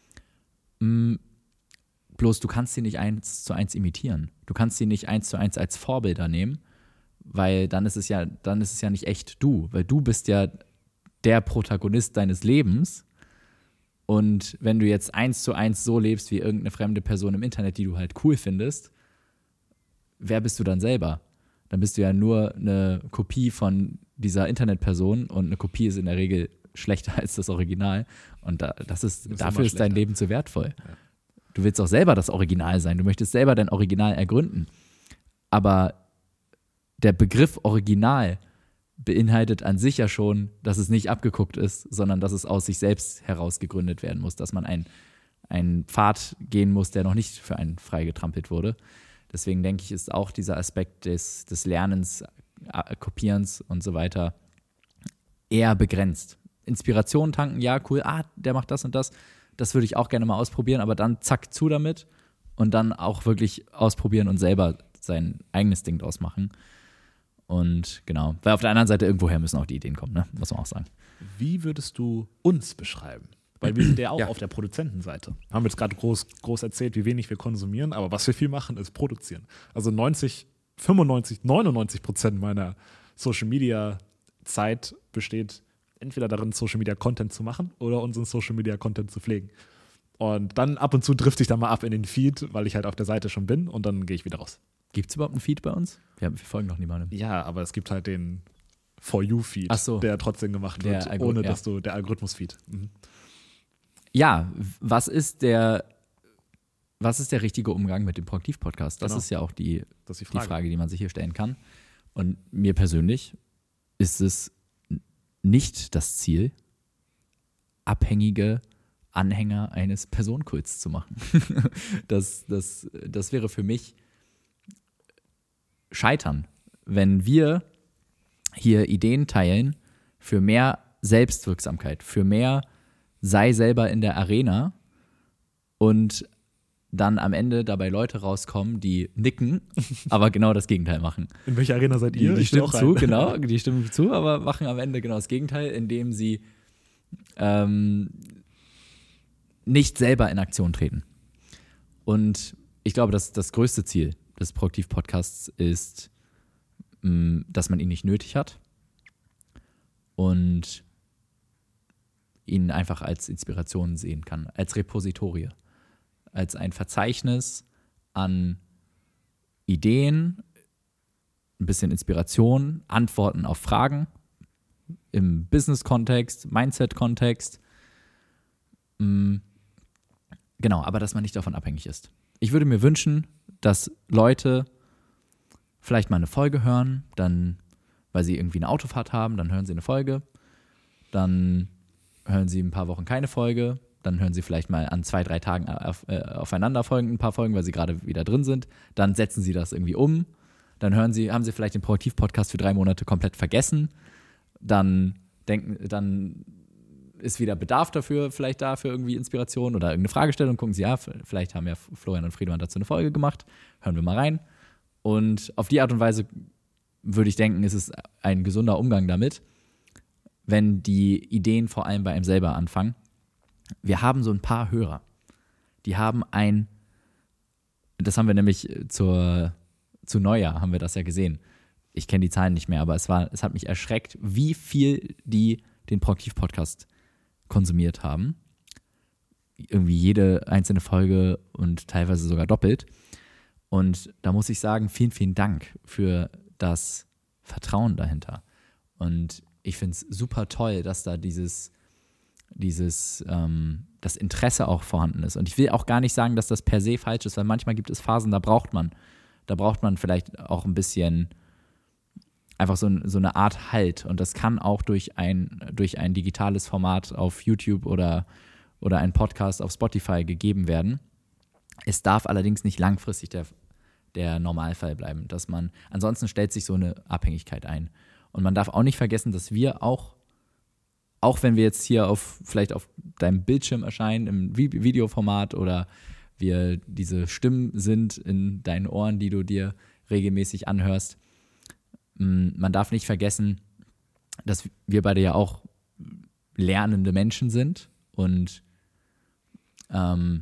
Bloß du kannst sie nicht eins zu eins imitieren. Du kannst sie nicht eins zu eins als Vorbilder nehmen, weil dann ist es ja, dann ist es ja nicht echt du, weil du bist ja der Protagonist deines Lebens. Und wenn du jetzt eins zu eins so lebst wie irgendeine fremde Person im Internet, die du halt cool findest, wer bist du dann selber? Dann bist du ja nur eine Kopie von dieser Internetperson und eine Kopie ist in der Regel schlechter als das Original. Und da, das ist, ist dafür ist dein Leben zu wertvoll. Ja. Du willst auch selber das Original sein. Du möchtest selber dein Original ergründen. Aber der Begriff Original beinhaltet an sich ja schon, dass es nicht abgeguckt ist, sondern dass es aus sich selbst heraus gegründet werden muss, dass man einen, einen Pfad gehen muss, der noch nicht für einen freigetrampelt wurde. Deswegen denke ich, ist auch dieser Aspekt des, des Lernens, Kopierens und so weiter eher begrenzt. Inspiration tanken, ja, cool, ah, der macht das und das, das würde ich auch gerne mal ausprobieren, aber dann zack, zu damit und dann auch wirklich ausprobieren und selber sein eigenes Ding draus machen. Und genau, weil auf der anderen Seite irgendwoher müssen auch die Ideen kommen, ne? Muss man auch sagen. Wie würdest du uns beschreiben? Weil wir sind ja auch Ja. auf der Produzentenseite. Haben wir jetzt gerade groß, groß erzählt, wie wenig wir konsumieren, aber was wir viel machen, ist produzieren. Also neunzig, fünfundneunzig, neunundneunzig Prozent meiner Social-Media-Zeit besteht entweder darin, Social-Media-Content zu machen oder unseren Social-Media-Content zu pflegen. Und dann ab und zu drifte ich dann mal ab in den Feed, weil ich halt auf der Seite schon bin und dann gehe ich wieder raus. Gibt es überhaupt einen Feed bei uns? Wir, haben, wir folgen noch niemandem. Ja, aber es gibt halt den For You-Feed, Ach so. der trotzdem gemacht Der wird, Algor- ohne ja. dass du, der Algorithmus-Feed. Mhm. Ja, was ist der, was ist der richtige Umgang mit dem Proaktiv-Podcast? Das Genau. ist ja auch die, Das ist die die Frage. Frage, die man sich hier stellen kann. Und mir persönlich ist es n- nicht das Ziel, abhängige Anhänger eines Personenkults zu machen. das, das, das wäre für mich Scheitern, wenn wir hier Ideen teilen für mehr Selbstwirksamkeit, für mehr sei selber in der Arena und dann am Ende dabei Leute rauskommen, die nicken, aber genau das Gegenteil machen. In welcher Arena seid ihr? Die, die Ich will stimmen auch zu, rein. genau, die stimmen zu, aber machen am Ende genau das Gegenteil, indem sie ähm, nicht selber in Aktion treten. Und ich glaube, dass das größte Ziel des Proaktiv-Podcasts ist, mh, dass man ihn nicht nötig hat und ihn einfach als Inspiration sehen kann, als Repositorie, als ein Verzeichnis an Ideen, ein bisschen Inspiration, Antworten auf Fragen im Business-Kontext, Mindset-Kontext. Mm, Genau, aber dass man nicht davon abhängig ist. Ich würde mir wünschen, dass Leute vielleicht mal eine Folge hören, dann, weil sie irgendwie eine Autofahrt haben, dann hören sie eine Folge, dann hören sie ein paar Wochen keine Folge, dann hören sie vielleicht mal an zwei, drei Tagen auf, äh, aufeinander folgen, ein paar Folgen, weil sie gerade wieder drin sind, dann setzen sie das irgendwie um, dann hören sie, haben sie vielleicht den Proaktiv-Podcast für drei Monate komplett vergessen, dann denken, dann ist wieder Bedarf dafür, vielleicht da für irgendwie Inspiration oder irgendeine Fragestellung, gucken sie, ja, vielleicht haben ja Florian und Friedemann dazu eine Folge gemacht, hören wir mal rein. Und auf die Art und Weise würde ich denken, ist es ein gesunder Umgang damit, wenn die Ideen vor allem bei einem selber anfangen. Wir haben so ein paar Hörer, die haben ein, das haben wir nämlich zur, zu Neujahr, haben wir das ja gesehen. Ich kenne die Zahlen nicht mehr, aber es war, es hat mich erschreckt, wie viel die den Proaktiv-Podcast konsumiert haben. Irgendwie jede einzelne Folge und teilweise sogar doppelt. Und da muss ich sagen, vielen, vielen Dank für das Vertrauen dahinter. Und ich finde es super toll, dass da dieses, dieses ähm, das Interesse auch vorhanden ist. Und ich will auch gar nicht sagen, dass das per se falsch ist, weil manchmal gibt es Phasen, da braucht man, da braucht man vielleicht auch ein bisschen einfach so, so eine Art Halt. Und das kann auch durch ein, durch ein digitales Format auf YouTube oder, oder ein Podcast auf Spotify gegeben werden. Es darf allerdings nicht langfristig der, der Normalfall bleiben, dass man, ansonsten stellt sich so eine Abhängigkeit ein. Und man darf auch nicht vergessen, dass wir auch, auch wenn wir jetzt hier auf, vielleicht auf deinem Bildschirm erscheinen, im Vi- Videoformat oder wir diese Stimmen sind in deinen Ohren, die du dir regelmäßig anhörst, man darf nicht vergessen, dass wir beide ja auch lernende Menschen sind und ähm,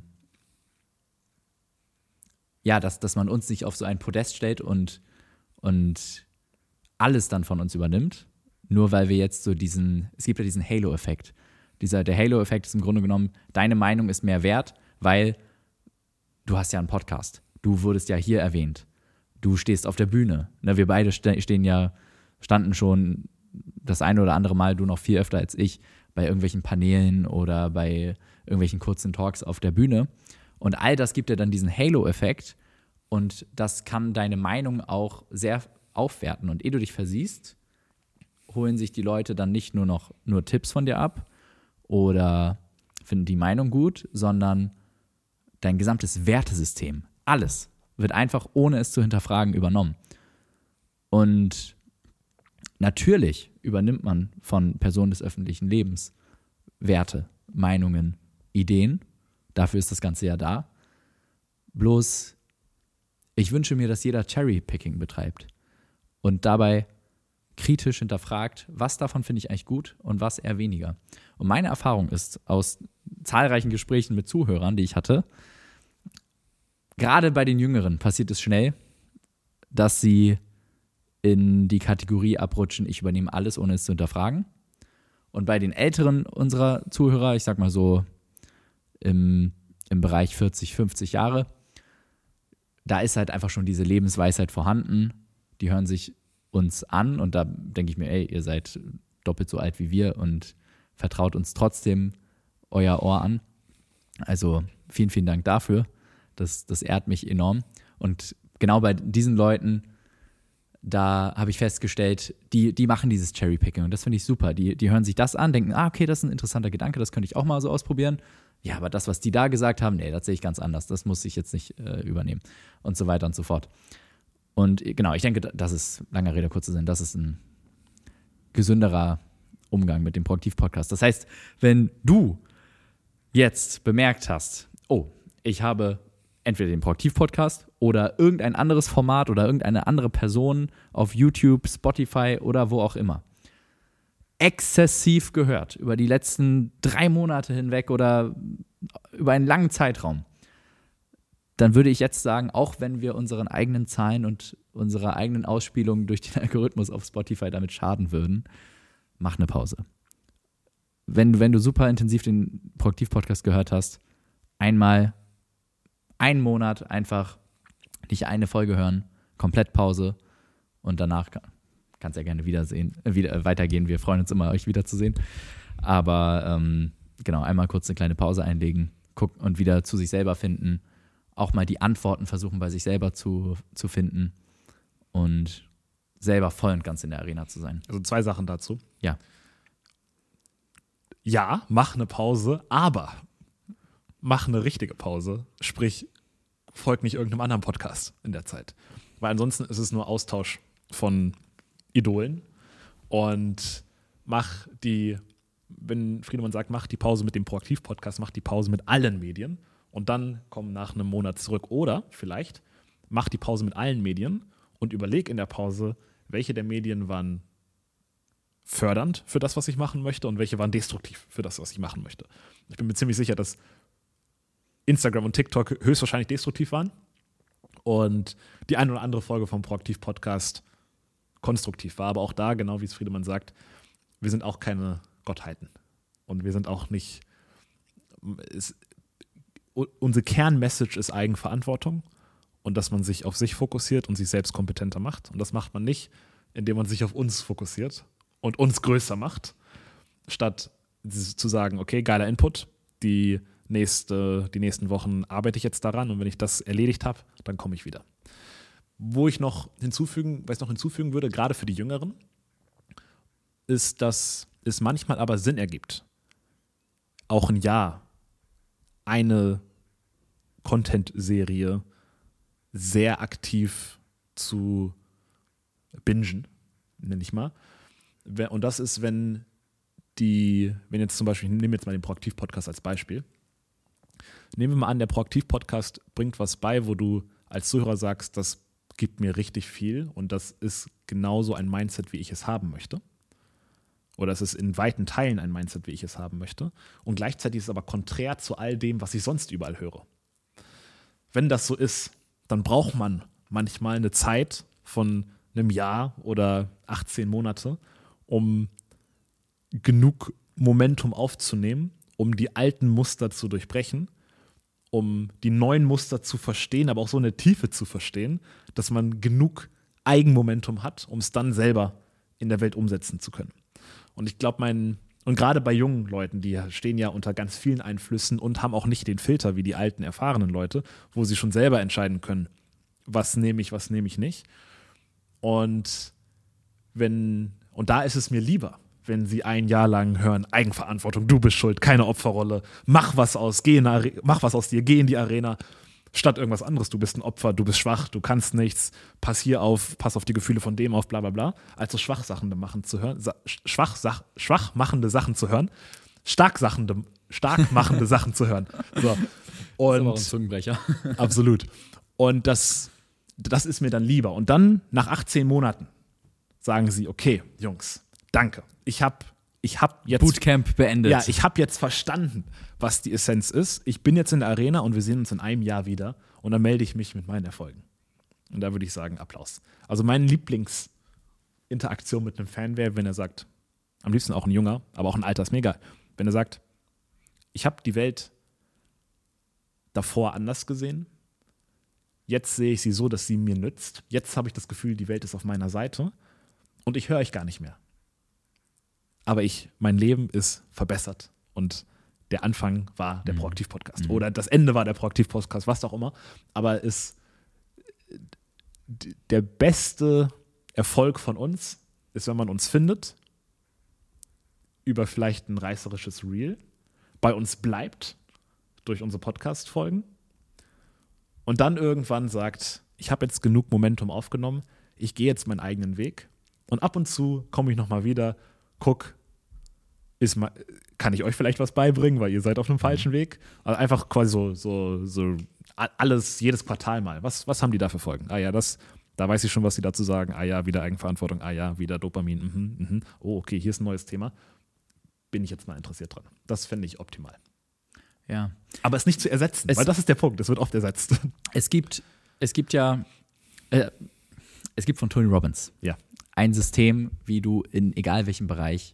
ja, dass, dass man uns nicht auf so ein Podest stellt und, und alles dann von uns übernimmt, nur weil wir jetzt so diesen, es gibt ja diesen Halo-Effekt. Dieser, der Halo-Effekt ist im Grunde genommen, deine Meinung ist mehr wert, weil du hast ja einen Podcast. Du wurdest ja hier erwähnt. Du stehst auf der Bühne. Ne, wir beide stehen ja, standen schon das eine oder andere Mal, du noch viel öfter als ich, bei irgendwelchen Paneelen oder bei irgendwelchen kurzen Talks auf der Bühne. Und all das gibt dir dann diesen Halo-Effekt und das kann deine Meinung auch sehr aufwerten. Und ehe du dich versiehst, holen sich die Leute dann nicht nur noch nur Tipps von dir ab oder finden die Meinung gut, sondern dein gesamtes Wertesystem, alles wird einfach, ohne es zu hinterfragen, übernommen. Und natürlich übernimmt man von Personen des öffentlichen Lebens Werte, Meinungen, Ideen. Dafür ist das Ganze ja da. Bloß, ich wünsche mir, dass jeder Cherry-Picking betreibt und dabei kritisch hinterfragt, was davon finde ich eigentlich gut und was eher weniger. Und meine Erfahrung ist aus zahlreichen Gesprächen mit Zuhörern, die ich hatte, gerade bei den Jüngeren passiert es schnell, dass sie in die Kategorie abrutschen, ich übernehme alles, ohne es zu hinterfragen. Und bei den Älteren unserer Zuhörer, ich sag mal so im, im Bereich vierzig, fünfzig Jahre, da ist halt einfach schon diese Lebensweisheit vorhanden. Die hören sich uns an und da denke ich mir, ey, ihr seid doppelt so alt wie wir und vertraut uns trotzdem euer Ohr an. Also vielen, vielen Dank dafür. Das, das ehrt mich enorm. Und genau bei diesen Leuten, da habe ich festgestellt, die, die machen dieses Cherry-Picking und das finde ich super. Die, die hören sich das an, denken, ah, okay, das ist ein interessanter Gedanke, das könnte ich auch mal so ausprobieren. Ja, aber das, was die da gesagt haben, nee, das sehe ich ganz anders. Das muss ich jetzt nicht äh, übernehmen und so weiter und so fort. Und genau, ich denke, das ist, langer Rede, kurzer Sinn, das ist ein gesünderer Umgang mit dem Proaktiv-Podcast. Das heißt, wenn du jetzt bemerkt hast, oh, ich habe entweder den Proaktiv-Podcast oder irgendein anderes Format oder irgendeine andere Person auf YouTube, Spotify oder wo auch immer exzessiv gehört über die letzten drei Monate hinweg oder über einen langen Zeitraum, dann würde ich jetzt sagen, auch wenn wir unseren eigenen Zahlen und unserer eigenen Ausspielung durch den Algorithmus auf Spotify damit schaden würden, mach eine Pause. Wenn, wenn du super intensiv den Proaktiv-Podcast gehört hast, einmal einen Monat einfach nicht eine Folge hören, komplett Pause und danach kann, kannst ja gerne wiedersehen, äh, wieder, äh, weitergehen. Wir freuen uns immer, euch wiederzusehen. Aber ähm, genau, einmal kurz eine kleine Pause einlegen gucken und wieder zu sich selber finden. Auch mal die Antworten versuchen, bei sich selber zu, zu finden und selber voll und ganz in der Arena zu sein. Also zwei Sachen dazu. Ja. Ja, mach eine Pause, aber mach eine richtige Pause. Sprich, folg nicht irgendeinem anderen Podcast in der Zeit. Weil ansonsten ist es nur Austausch von Idolen. Und mach die, wenn Friedemann sagt, mach die Pause mit dem Proaktiv-Podcast, mach die Pause mit allen Medien. Und dann komm nach einem Monat zurück. Oder vielleicht mach die Pause mit allen Medien und überleg in der Pause, welche der Medien waren fördernd für das, was ich machen möchte und welche waren destruktiv für das, was ich machen möchte. Ich bin mir ziemlich sicher, dass Instagram und TikTok höchstwahrscheinlich destruktiv waren und die eine oder andere Folge vom Proaktiv-Podcast konstruktiv war. Aber auch da, genau wie es Friedemann sagt, wir sind auch keine Gottheiten. Und wir sind auch nicht es, unsere Kernmessage ist Eigenverantwortung und dass man sich auf sich fokussiert und sich selbst kompetenter macht. Und das macht man nicht, indem man sich auf uns fokussiert und uns größer macht, statt zu sagen, okay, geiler Input, die, nächste, die nächsten Wochen arbeite ich jetzt daran und wenn ich das erledigt habe, dann komme ich wieder. Wo ich noch hinzufügen, was ich noch hinzufügen würde, gerade für die Jüngeren, ist, dass es manchmal aber Sinn ergibt, auch ein Jahr eine Content-Serie sehr aktiv zu bingen, nenne ich mal. Und das ist, wenn die, wenn jetzt zum Beispiel, ich nehme jetzt mal den Proaktiv-Podcast als Beispiel. Nehmen wir mal an, der Proaktiv-Podcast bringt was bei, wo du als Zuhörer sagst, das gibt mir richtig viel und das ist genauso ein Mindset, wie ich es haben möchte. Oder es ist in weiten Teilen ein Mindset, wie ich es haben möchte. Und gleichzeitig ist es aber konträr zu all dem, was ich sonst überall höre. Wenn das so ist, dann braucht man manchmal eine Zeit von einem Jahr oder achtzehn Monate, um genug Momentum aufzunehmen, um die alten Muster zu durchbrechen, um die neuen Muster zu verstehen, aber auch so eine Tiefe zu verstehen, dass man genug Eigenmomentum hat, um es dann selber in der Welt umsetzen zu können. Und ich glaube, mein, und gerade bei jungen Leuten, die stehen ja unter ganz vielen Einflüssen und haben auch nicht den Filter wie die alten, erfahrenen Leute, wo sie schon selber entscheiden können, was nehme ich, was nehme ich nicht. Und wenn, und da ist es mir lieber, wenn sie ein Jahr lang hören, Eigenverantwortung, du bist schuld, keine Opferrolle, mach was aus, geh in Are- mach was aus dir, geh in die Arena, statt irgendwas anderes, du bist ein Opfer, du bist schwach, du kannst nichts, pass hier auf, pass auf die Gefühle von dem auf, bla bla bla, als so schwachsachende machen zu hören, schwach, sach, schwach machende Sachen zu hören, stark, sachende, stark machende Sachen zu hören. So. Und, das ist aber auch ein Zungenbrecher. Absolut. Und das, das ist mir dann lieber. Und dann, nach achtzehn Monaten, sagen sie, okay, Jungs, danke. Ich habe ich hab jetzt Bootcamp beendet. Ja, ich habe jetzt verstanden, was die Essenz ist. Ich bin jetzt in der Arena und wir sehen uns in einem Jahr wieder und dann melde ich mich mit meinen Erfolgen. Und da würde ich sagen, Applaus. Also meine Lieblingsinteraktion mit einem Fan wäre, wenn er sagt, am liebsten auch ein Junger, aber auch ein Alter, ist mir egal. Wenn er sagt, ich habe die Welt davor anders gesehen, jetzt sehe ich sie so, dass sie mir nützt. Jetzt habe ich das Gefühl, die Welt ist auf meiner Seite und ich höre euch gar nicht mehr. Aber ich, mein Leben ist verbessert und der Anfang war der Proaktiv-Podcast mhm. oder das Ende war der Proaktiv-Podcast, was auch immer. Aber ist der beste Erfolg von uns ist, wenn man uns findet, über vielleicht ein reißerisches Reel, bei uns bleibt durch unsere Podcast-Folgen und dann irgendwann sagt, ich habe jetzt genug Momentum aufgenommen, ich gehe jetzt meinen eigenen Weg und ab und zu komme ich nochmal wieder, guck, ist mal, kann ich euch vielleicht was beibringen, weil ihr seid auf einem falschen Weg. Also einfach quasi so, so, so alles, jedes Quartal mal. Was, was haben die da für Folgen? Ah ja, das, da weiß ich schon, was sie dazu sagen. Ah ja, wieder Eigenverantwortung. Ah ja, wieder Dopamin. Mhm, mhm. Oh, okay, hier ist ein neues Thema. Bin ich jetzt mal interessiert dran. Das fände ich optimal. Ja. Aber es nicht zu ersetzen, es, weil das ist der Punkt. Es wird oft ersetzt. Es gibt, es gibt ja, äh, es gibt von Tony Robbins ja. ein System, wie du in egal welchem Bereich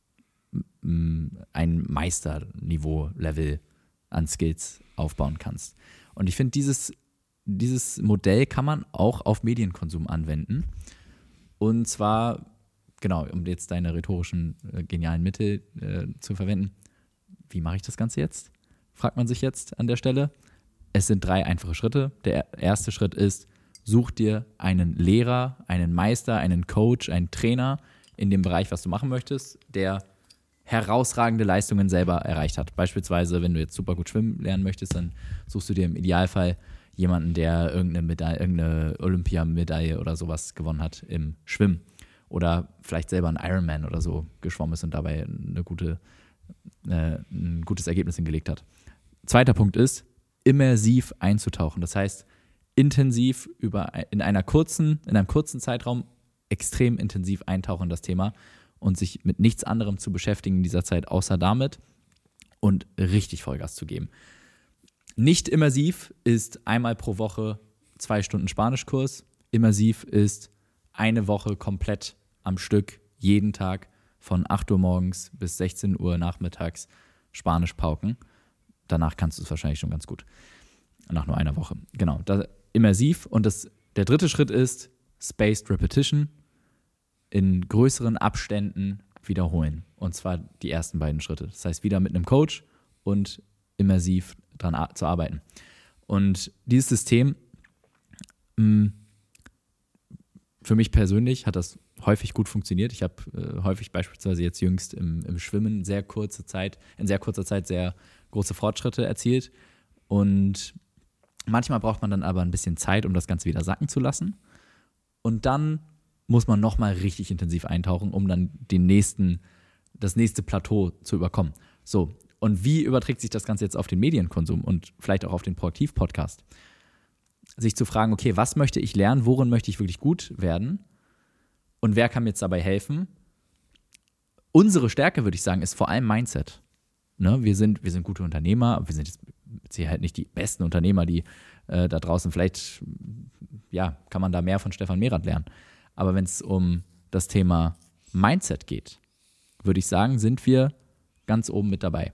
ein Meisterniveau-Level an Skills aufbauen kannst. Und ich finde, dieses, dieses Modell kann man auch auf Medienkonsum anwenden. Und zwar, genau, um jetzt deine rhetorischen, äh, genialen Mittel äh, zu verwenden. Wie mache ich das Ganze jetzt? Fragt man sich jetzt an der Stelle. Es sind drei einfache Schritte. Der erste Schritt ist, such dir einen Lehrer, einen Meister, einen Coach, einen Trainer in dem Bereich, was du machen möchtest, der herausragende Leistungen selber erreicht hat. Beispielsweise, wenn du jetzt super gut schwimmen lernen möchtest, dann suchst du dir im Idealfall jemanden, der irgendeine, Medaille, irgendeine Olympiamedaille oder sowas gewonnen hat im Schwimmen. Oder vielleicht selber einen Ironman oder so geschwommen ist und dabei eine gute, äh, ein gutes Ergebnis hingelegt hat. Zweiter Punkt ist, immersiv einzutauchen. Das heißt, intensiv über in einer kurzen, in einem kurzen Zeitraum extrem intensiv eintauchen in das Thema und sich mit nichts anderem zu beschäftigen in dieser Zeit, außer damit und richtig Vollgas zu geben. Nicht immersiv ist einmal pro Woche zwei Stunden Spanischkurs. Immersiv ist eine Woche komplett am Stück, jeden Tag von acht Uhr morgens bis sechzehn Uhr nachmittags Spanisch pauken. Danach kannst du es wahrscheinlich schon ganz gut. Nach nur einer Woche. Genau, das, immersiv. Und das, der dritte Schritt ist Spaced Repetition. In größeren Abständen wiederholen. Und zwar die ersten beiden Schritte. Das heißt, wieder mit einem Coach und immersiv dran a- zu arbeiten. Und dieses System, mh, für mich persönlich hat das häufig gut funktioniert. Ich habe äh, häufig beispielsweise jetzt jüngst im, im Schwimmen sehr kurze Zeit, in sehr kurzer Zeit sehr große Fortschritte erzielt. Und manchmal braucht man dann aber ein bisschen Zeit, um das Ganze wieder sacken zu lassen. Und dann muss man nochmal richtig intensiv eintauchen, um dann den nächsten, das nächste Plateau zu überkommen. So, und wie überträgt sich das Ganze jetzt auf den Medienkonsum und vielleicht auch auf den Proaktiv-Podcast? Sich zu fragen, okay, was möchte ich lernen, worin möchte ich wirklich gut werden und wer kann mir jetzt dabei helfen? Unsere Stärke, würde ich sagen, ist vor allem Mindset. Ne? Wir sind, wir sind gute Unternehmer, aber wir sind jetzt mit Sicherheit nicht die besten Unternehmer, die äh, da draußen, vielleicht ja, kann man da mehr von Stefan Merath lernen. Aber wenn es um das Thema Mindset geht, würde ich sagen, sind wir ganz oben mit dabei.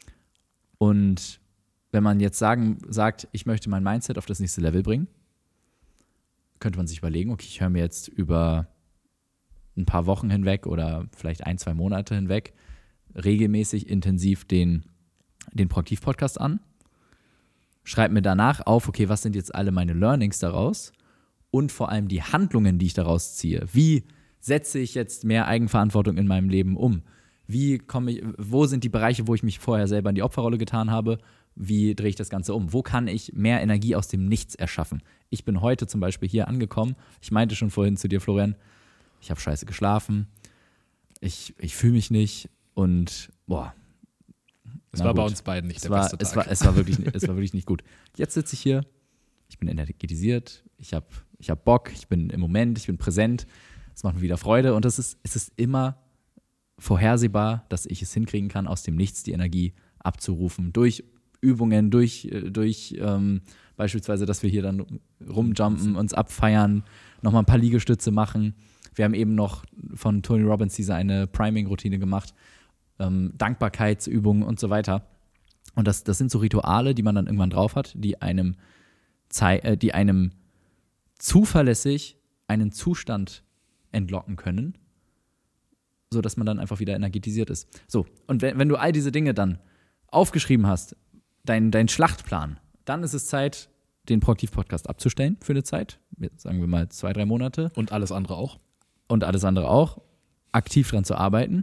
Und wenn man jetzt sagen, sagt, ich möchte mein Mindset auf das nächste Level bringen, könnte man sich überlegen, okay, ich höre mir jetzt über ein paar Wochen hinweg oder vielleicht ein, zwei Monate hinweg regelmäßig intensiv den, den Proaktiv-Podcast an, schreibe mir danach auf, okay, was sind jetzt alle meine Learnings daraus und vor allem die Handlungen, die ich daraus ziehe. Wie setze ich jetzt mehr Eigenverantwortung in meinem Leben um? Wie komme ich, wo sind die Bereiche, wo ich mich vorher selber in die Opferrolle getan habe? wie drehe ich das Ganze um? Wo kann ich mehr Energie aus dem Nichts erschaffen? Ich bin heute zum Beispiel hier angekommen. Ich meinte schon vorhin zu dir, Florian, ich habe scheiße geschlafen. Ich, ich fühle mich nicht und boah. Es war gut. Bei uns beiden nicht es der war, beste Tag. Es war, es, war wirklich, es war wirklich nicht gut. Jetzt sitze ich hier, ich bin energetisiert, ich habe ich hab Bock, ich bin im Moment, ich bin präsent. Es macht mir wieder Freude und es ist, es ist immer vorhersehbar, dass ich es hinkriegen kann, aus dem Nichts die Energie abzurufen. Durch Übungen, durch, durch ähm, beispielsweise, dass wir hier dann rumjumpen, uns abfeiern, nochmal ein paar Liegestütze machen. Wir haben eben noch von Tony Robbins diese eine Priming-Routine gemacht, ähm, Dankbarkeitsübungen und so weiter. Und das, das sind so Rituale, die man dann irgendwann drauf hat, die einem, zei- äh, die einem zuverlässig einen Zustand entlocken können, sodass man dann einfach wieder energetisiert ist. So, und wenn, wenn du all diese Dinge dann aufgeschrieben hast, dein, dein Schlachtplan, dann ist es Zeit, den Proaktiv-Podcast abzustellen für eine Zeit, sagen wir mal zwei, drei Monate. Und alles andere auch. Und alles andere auch, aktiv dran zu arbeiten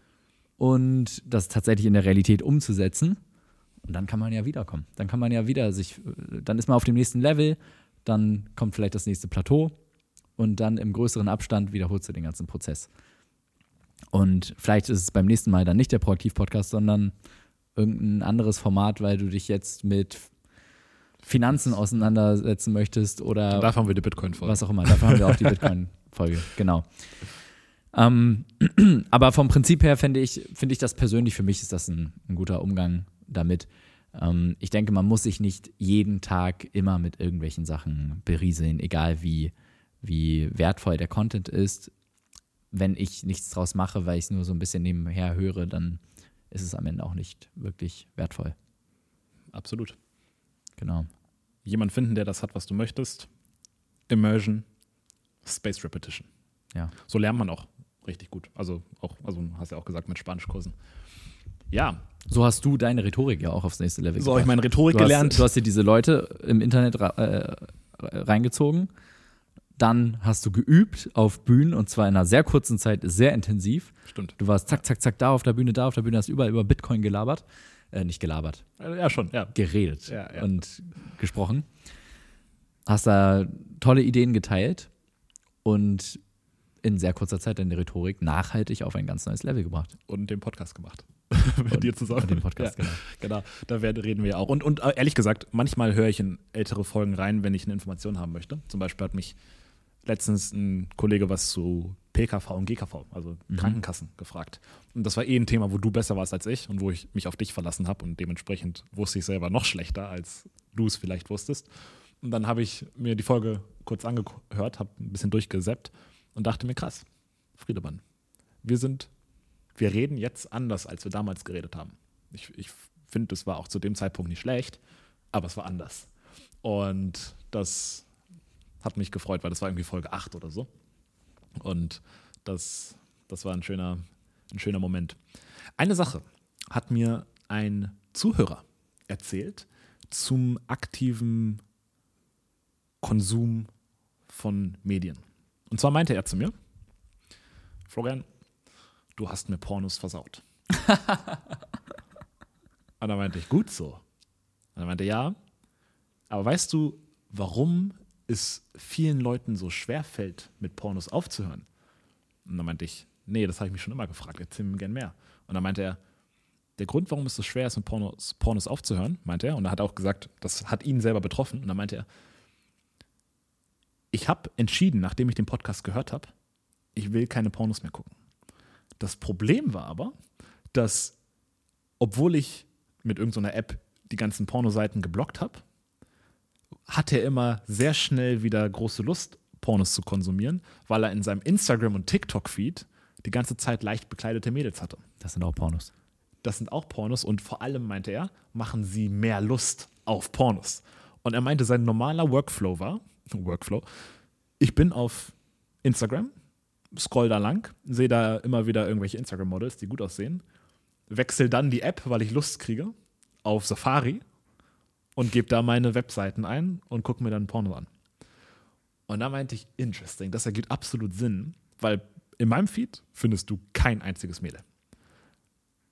und das tatsächlich in der Realität umzusetzen. Und dann kann man ja wiederkommen. Dann kann man ja wieder sich, dann ist man auf dem nächsten Level, dann kommt vielleicht das nächste Plateau und dann im größeren Abstand wiederholst du den ganzen Prozess. Und vielleicht ist es beim nächsten Mal dann nicht der Proaktiv-Podcast, sondern irgendein anderes Format, weil du dich jetzt mit Finanzen auseinandersetzen möchtest oder und dafür haben wir die Bitcoin-Folge. Was auch immer, dafür haben wir auch die Bitcoin-Folge, genau. Ähm, aber vom Prinzip her finde ich, finde ich das persönlich, für mich ist das ein, ein guter Umgang damit. Ähm, ich denke, man muss sich nicht jeden Tag immer mit irgendwelchen Sachen berieseln, egal wie, wie wertvoll der Content ist. Wenn ich nichts draus mache, weil ich es nur so ein bisschen nebenher höre, dann ist es am Ende auch nicht wirklich wertvoll. Absolut. Genau. Jemand finden, der das hat, was du möchtest. Immersion, Space Repetition. Ja. So lernt man auch richtig gut. Also auch, also hast ja auch gesagt, mit Spanischkursen. Ja. So hast du deine Rhetorik ja auch aufs nächste Level So habe ich meine Rhetorik du gelernt. Hast, du hast dir diese Leute im Internet äh, reingezogen. Dann hast du geübt auf Bühnen und zwar in einer sehr kurzen Zeit, sehr intensiv. Stimmt. Du warst zack, zack, zack, da auf der Bühne, da auf der Bühne, hast überall über Bitcoin gelabert. Äh, nicht gelabert. Ja, schon, ja. Geredet ja, ja. und gesprochen. Hast da tolle Ideen geteilt und in sehr kurzer Zeit deine Rhetorik nachhaltig auf ein ganz neues Level gebracht. Und den Podcast gemacht. Mit und, dir zusammen. Und den Podcast, ja, genau. Genau, da werden, reden wir ja auch. Und, und ehrlich gesagt, manchmal höre ich in ältere Folgen rein, wenn ich eine Information haben möchte. Zum Beispiel hat mich letztens ein Kollege was zu P K V und G K V, also mhm. Krankenkassen, gefragt. Und das war eh ein Thema, wo du besser warst als ich und wo ich mich auf dich verlassen habe und dementsprechend wusste ich selber noch schlechter, als du es vielleicht wusstest. Und dann habe ich mir die Folge kurz angehört, habe ein bisschen durchgesappt und dachte mir, krass, Friedemann, wir sind, wir reden jetzt anders, als wir damals geredet haben. Ich, ich finde, das war auch zu dem Zeitpunkt nicht schlecht, aber es war anders. Und das hat mich gefreut, weil das war irgendwie Folge acht oder so. Und das, das war ein schöner, ein schöner Moment. Eine Sache hat mir ein Zuhörer erzählt zum aktiven Konsum von Medien. Und zwar meinte er zu mir, Florian, du hast mir Pornos versaut. Und dann meinte ich, gut so. Und dann meinte er, ja, aber weißt du, warum es vielen Leuten so schwer fällt, mit Pornos aufzuhören? Und dann meinte ich, nee, das habe ich mich schon immer gefragt, erzähl mir gern mehr. Und dann meinte er, der Grund, warum es so schwer ist, mit Pornos, Pornos aufzuhören, meinte er, und er hat auch gesagt, das hat ihn selber betroffen, und dann meinte er, ich habe entschieden, nachdem ich den Podcast gehört habe, ich will keine Pornos mehr gucken. Das Problem war aber, dass, obwohl ich mit irgendeiner App die ganzen Pornoseiten geblockt habe, hatte er immer sehr schnell wieder große Lust, Pornos zu konsumieren, weil er in seinem Instagram- und TikTok-Feed die ganze Zeit leicht bekleidete Mädels hatte. Das sind auch Pornos. Das sind auch Pornos und vor allem, meinte er, machen sie mehr Lust auf Pornos. Und er meinte, sein normaler Workflow war, Workflow, ich bin auf Instagram, scroll da lang, sehe da immer wieder irgendwelche Instagram-Models, die gut aussehen, wechsle dann die App, weil ich Lust kriege, auf Safari und gebe da meine Webseiten ein und gucke mir dann Porno an. Und da meinte ich, interesting, das ergibt absolut Sinn, weil in meinem Feed findest du kein einziges Mädel.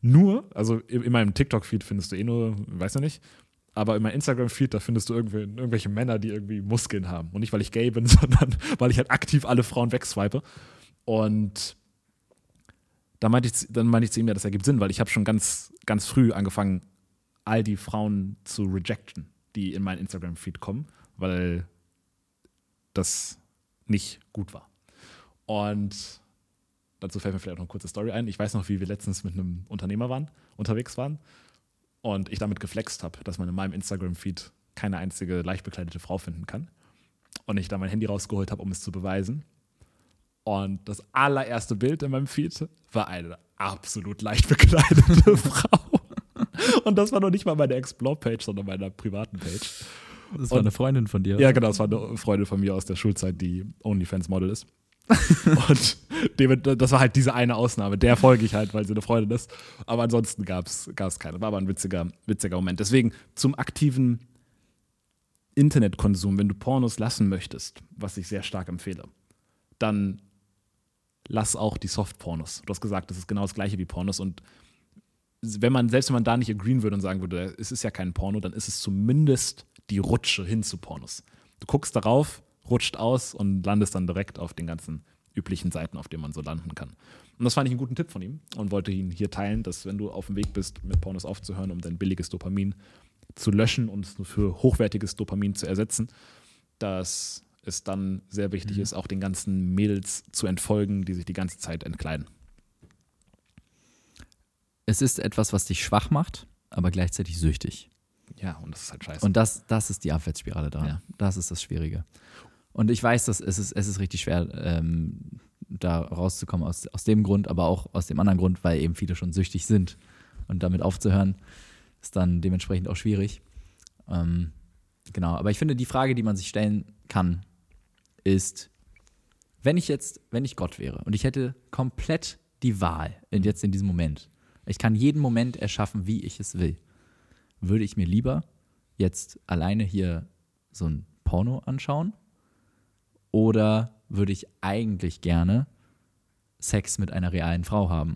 nur, also in, in meinem TikTok-Feed findest du eh nur, weiß ich nicht, aber in meinem Instagram-Feed, da findest du irgendwie, irgendwelche Männer, die irgendwie Muskeln haben. Und nicht, weil ich gay bin, sondern weil ich halt aktiv alle Frauen wegswipe. Und da meinte ich, dann meinte ich zu ihm, ja, das ergibt Sinn, weil ich habe schon ganz, ganz früh angefangen, all die Frauen zu rejecten, die in meinen Instagram-Feed kommen, weil das nicht gut war. Und dazu fällt mir vielleicht noch eine kurze Story ein. Ich weiß noch, wie wir letztens mit einem Unternehmer waren, unterwegs waren und ich damit geflext habe, dass man in meinem Instagram-Feed keine einzige leicht bekleidete Frau finden kann. Und ich da mein Handy rausgeholt habe, um es zu beweisen. Und das allererste Bild in meinem Feed war eine absolut leicht bekleidete Frau. Und das war noch nicht mal meine Explore-Page, sondern meine privaten Page. Das war und, eine Freundin von dir. Ja, genau, das war eine Freundin von mir aus der Schulzeit, die OnlyFans-Model ist. Und dem, das war halt diese eine Ausnahme. Der folge ich halt, weil sie eine Freundin ist. Aber ansonsten gab es keine. War aber ein witziger, witziger Moment. Deswegen zum aktiven Internetkonsum, wenn du Pornos lassen möchtest, was ich sehr stark empfehle, dann lass auch die Soft-Pornos. Du hast gesagt, das ist genau das gleiche wie Pornos. Und wenn man, selbst wenn man da nicht agreeen würde und sagen würde, es ist ja kein Porno, dann ist es zumindest die Rutsche hin zu Pornos. Du guckst darauf, rutscht aus und landest dann direkt auf den ganzen üblichen Seiten, auf denen man so landen kann. Und das fand ich einen guten Tipp von ihm und wollte ihn hier teilen, dass wenn du auf dem Weg bist, mit Pornos aufzuhören, um dein billiges Dopamin zu löschen und es nur für hochwertiges Dopamin zu ersetzen, dass es dann sehr wichtig mhm. ist, auch den ganzen Mädels zu entfolgen, die sich die ganze Zeit entkleiden. Es ist etwas, was dich schwach macht, aber gleichzeitig süchtig. Ja, und das ist halt scheiße. Und das, das ist die Abwärtsspirale dran. Ja. Das ist das Schwierige. Und ich weiß, dass es ist, es ist richtig schwer, ähm, da rauszukommen aus, aus dem Grund, aber auch aus dem anderen Grund, weil eben viele schon süchtig sind. Und damit aufzuhören, ist dann dementsprechend auch schwierig. Ähm, genau, aber ich finde, die Frage, die man sich stellen kann, ist, wenn ich jetzt, wenn ich Gott wäre und ich hätte komplett die Wahl in, jetzt in diesem Moment, ich kann jeden Moment erschaffen, wie ich es will, würde ich mir lieber jetzt alleine hier so ein Porno anschauen oder würde ich eigentlich gerne Sex mit einer realen Frau haben?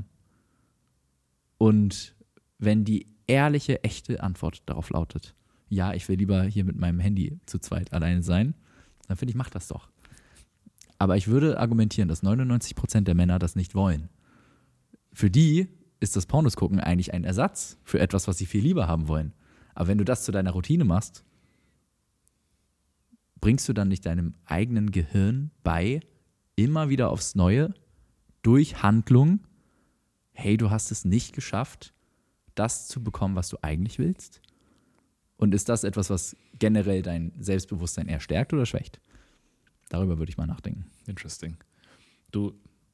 Und wenn die ehrliche, echte Antwort darauf lautet, ja, ich will lieber hier mit meinem Handy zu zweit alleine sein, dann finde ich, mach das doch. Aber ich würde argumentieren, dass neunundneunzig Prozent der Männer das nicht wollen. Für die ist das Pornos gucken eigentlich ein Ersatz für etwas, was sie viel lieber haben wollen. Aber wenn du das zu deiner Routine machst, bringst du dann nicht deinem eigenen Gehirn bei, immer wieder aufs Neue, durch Handlung, hey, du hast es nicht geschafft, das zu bekommen, was du eigentlich willst? Und ist das etwas, was generell dein Selbstbewusstsein eher stärkt oder schwächt? Darüber würde ich mal nachdenken. Interesting. Du,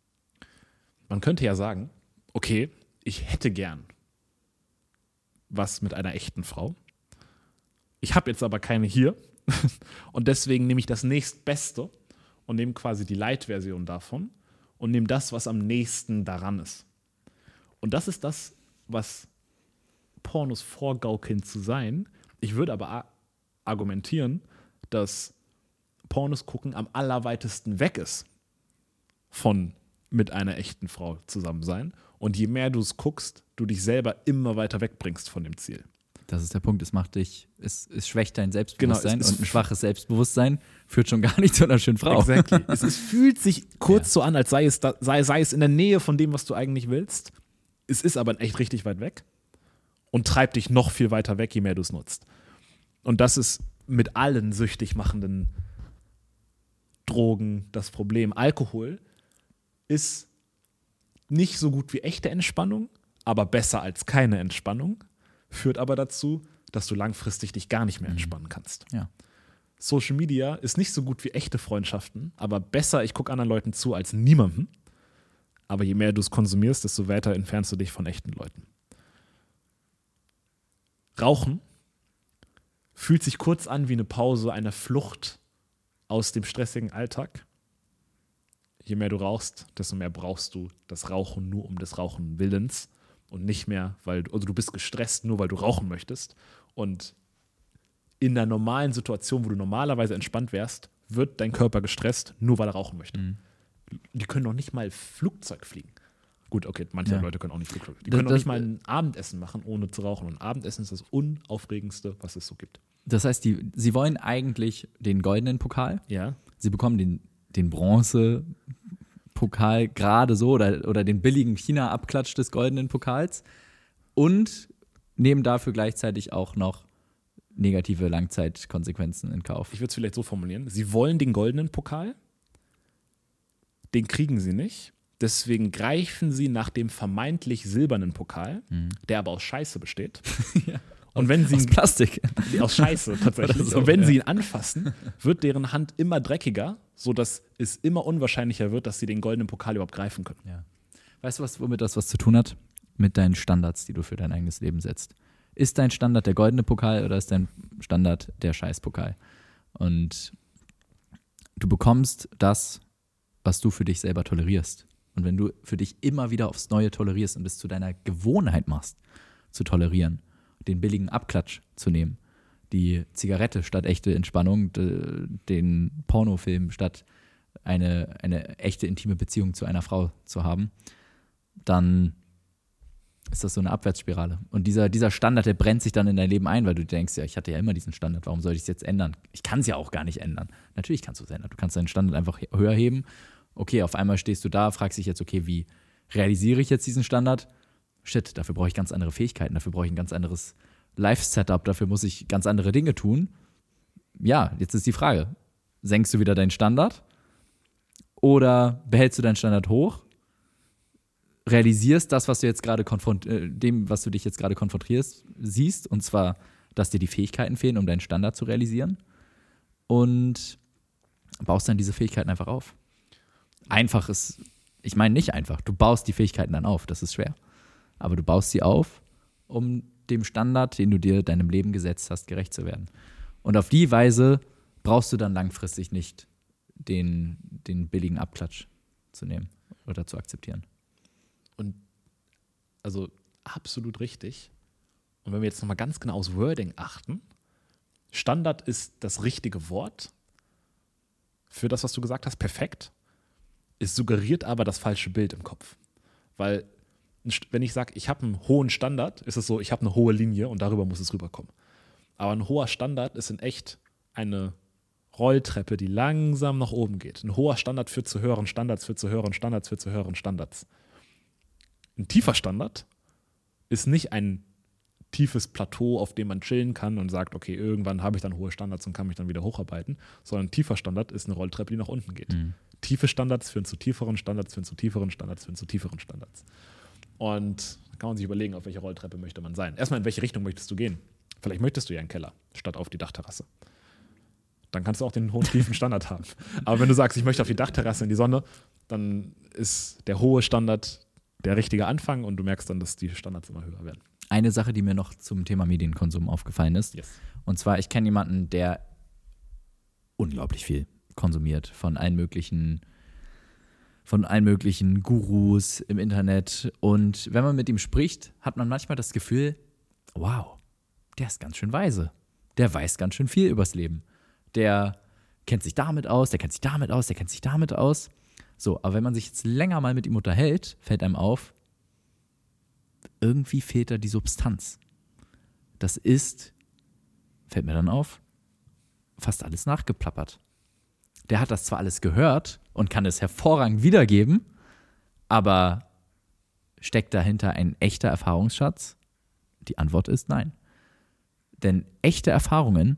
man könnte ja sagen, okay, ich hätte gern was mit einer echten Frau. Ich habe jetzt aber keine hier und deswegen nehme ich das nächstbeste und nehme quasi die Light-Version davon und nehme das, was am nächsten daran ist. Und das ist das, was Pornos vorgaukeln zu sein. Ich würde aber a- argumentieren, dass Pornos gucken am allerweitesten weg ist von mit einer echten Frau zusammen sein. Und je mehr du es guckst, du dich selber immer weiter wegbringst von dem Ziel. Das ist der Punkt, es macht dich, es, es schwächt dein Selbstbewusstsein genau, es, und ein schwaches Selbstbewusstsein führt schon gar nicht zu einer schönen Frau. Exactly. es, es fühlt sich kurz ja. so an, als sei es, da, sei, sei es in der Nähe von dem, was du eigentlich willst. Es ist aber echt richtig weit weg und treibt dich noch viel weiter weg, je mehr du es nutzt. Und das ist mit allen süchtig machenden Drogen das Problem. Alkohol ist nicht so gut wie echte Entspannung, aber besser als keine Entspannung, führt aber dazu, dass du langfristig dich gar nicht mehr entspannen kannst. Ja. Social Media ist nicht so gut wie echte Freundschaften, aber besser, ich gucke anderen Leuten zu als niemandem. Aber je mehr du es konsumierst, desto weiter entfernst du dich von echten Leuten. Rauchen fühlt sich kurz an wie eine Pause, eine Flucht aus dem stressigen Alltag. Je mehr du rauchst, desto mehr brauchst du das Rauchen nur um des Rauchen Willens und nicht mehr, weil also du bist gestresst, nur weil du rauchen möchtest. Und in einer normalen Situation, wo du normalerweise entspannt wärst, wird dein Körper gestresst, nur weil er rauchen möchte. Mhm. Die können noch nicht mal Flugzeug fliegen. Gut, okay, manche Ja. Leute können auch nicht gut. Die Das- können auch das- nicht mal ein Abendessen machen, ohne zu rauchen. Und Abendessen ist das Unaufregendste, was es so gibt. Das heißt, die, sie wollen eigentlich den goldenen Pokal. Ja. Sie bekommen den, den Bronze-Pokal gerade so oder, oder den billigen China-Abklatsch des goldenen Pokals und nehmen dafür gleichzeitig auch noch negative Langzeitkonsequenzen in Kauf. Ich würde es vielleicht so formulieren. Sie wollen den goldenen Pokal, den kriegen sie nicht. Deswegen greifen sie nach dem vermeintlich silbernen Pokal, Mhm. der aber aus Scheiße besteht. Und wenn sie Aus ihn, Plastik. aus Scheiße tatsächlich. Oder so, und wenn ja. sie ihn anfassen, wird deren Hand immer dreckiger, sodass es immer unwahrscheinlicher wird, dass sie den goldenen Pokal überhaupt greifen können. Ja. Weißt du, was, womit das was zu tun hat? Mit deinen Standards, die du für dein eigenes Leben setzt. Ist dein Standard der goldene Pokal oder ist dein Standard der Scheißpokal? Und du bekommst das, was du für dich selber tolerierst. Und wenn du für dich immer wieder aufs Neue tolerierst und es zu deiner Gewohnheit machst, zu tolerieren, den billigen Abklatsch zu nehmen, die Zigarette statt echte Entspannung, de, den Pornofilm statt eine, eine echte intime Beziehung zu einer Frau zu haben, dann ist das so eine Abwärtsspirale. Und dieser, dieser Standard, der brennt sich dann in dein Leben ein, weil du denkst, ja, ich hatte ja immer diesen Standard, warum soll ich es jetzt ändern? Ich kann es ja auch gar nicht ändern. Natürlich kannst du es ändern. Du kannst deinen Standard einfach höher heben. Okay, auf einmal stehst du da, fragst dich jetzt, okay, wie realisiere ich jetzt diesen Standard? Shit, dafür brauche ich ganz andere Fähigkeiten, dafür brauche ich ein ganz anderes Life-Setup, dafür muss ich ganz andere Dinge tun. Ja, jetzt ist die Frage, senkst du wieder deinen Standard oder behältst du deinen Standard hoch, realisierst das, was du jetzt gerade konfront- äh, dem, was du dich jetzt gerade konfrontierst, siehst, und zwar, dass dir die Fähigkeiten fehlen, um deinen Standard zu realisieren und baust dann diese Fähigkeiten einfach auf. Einfach ist, ich meine nicht einfach, du baust die Fähigkeiten dann auf, das ist schwer. Aber du baust sie auf, um dem Standard, den du dir deinem Leben gesetzt hast, gerecht zu werden. Und auf die Weise brauchst du dann langfristig nicht den, den billigen Abklatsch zu nehmen oder zu akzeptieren. Und also absolut richtig. Und wenn wir jetzt nochmal ganz genau aufs Wording achten, Standard ist das richtige Wort für das, was du gesagt hast, perfekt. Es suggeriert aber das falsche Bild im Kopf. Weil wenn ich sage, ich habe einen hohen Standard, ist es so, ich habe eine hohe Linie und darüber muss es rüberkommen. Aber ein hoher Standard ist in echt eine Rolltreppe, die langsam nach oben geht. Ein hoher Standard führt zu höheren Standards, führt zu höheren Standards, führt zu höheren Standards. Ein tiefer Standard ist nicht ein tiefes Plateau, auf dem man chillen kann und sagt, okay, irgendwann habe ich dann hohe Standards und kann mich dann wieder hocharbeiten, sondern ein tiefer Standard ist eine Rolltreppe, die nach unten geht. Mhm. Tiefe Standards führen zu tieferen Standards, führen zu tieferen Standards, führen zu tieferen Standards. Und da kann man sich überlegen, auf welche Rolltreppe möchte man sein. Erstmal, in welche Richtung möchtest du gehen? Vielleicht möchtest du ja einen Keller, statt auf die Dachterrasse. Dann kannst du auch den hohen, tiefen Standard haben. Aber wenn du sagst, ich möchte auf die Dachterrasse in die Sonne, dann ist der hohe Standard der richtige Anfang und du merkst dann, dass die Standards immer höher werden. Eine Sache, die mir noch zum Thema Medienkonsum aufgefallen ist, Yes. und zwar, ich kenne jemanden, der unglaublich viel konsumiert von allen möglichen von allen möglichen Gurus im Internet. Und wenn man mit ihm spricht, hat man manchmal das Gefühl, wow, der ist ganz schön weise. Der weiß ganz schön viel übers Leben. Der kennt sich damit aus, der kennt sich damit aus, der kennt sich damit aus. So, aber wenn man sich jetzt länger mal mit ihm unterhält, fällt einem auf, irgendwie fehlt da die Substanz. Das ist, fällt mir dann auf, fast alles nachgeplappert. Der hat das zwar alles gehört und kann es hervorragend wiedergeben, aber steckt dahinter ein echter Erfahrungsschatz? Die Antwort ist nein. Denn echte Erfahrungen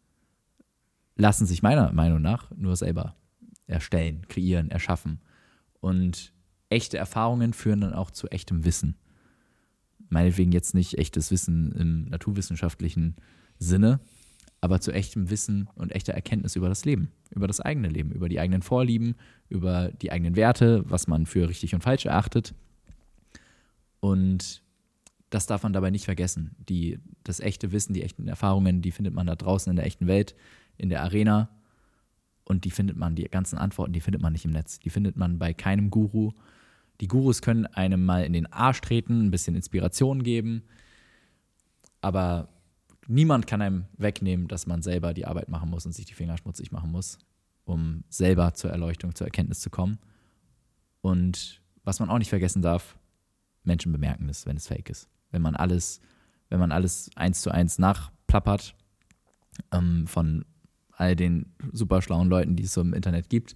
lassen sich meiner Meinung nach nur selber erstellen, kreieren, erschaffen. Und echte Erfahrungen führen dann auch zu echtem Wissen. Meinetwegen jetzt nicht echtes Wissen im naturwissenschaftlichen Sinne, aber zu echtem Wissen und echter Erkenntnis über das Leben, über das eigene Leben, über die eigenen Vorlieben, über die eigenen Werte, was man für richtig und falsch erachtet. Und das darf man dabei nicht vergessen. Die, das echte Wissen, die echten Erfahrungen, die findet man da draußen in der echten Welt, in der Arena. Und die findet man, die ganzen Antworten, die findet man nicht im Netz. Die findet man bei keinem Guru. Die Gurus können einem mal in den Arsch treten, ein bisschen Inspiration geben, aber niemand kann einem wegnehmen, dass man selber die Arbeit machen muss und sich die Finger schmutzig machen muss, um selber zur Erleuchtung, zur Erkenntnis zu kommen. Und was man auch nicht vergessen darf, Menschen bemerken es, wenn es fake ist. Wenn man alles, wenn man alles eins zu eins nachplappert ähm, von all den super schlauen Leuten, die es so im Internet gibt,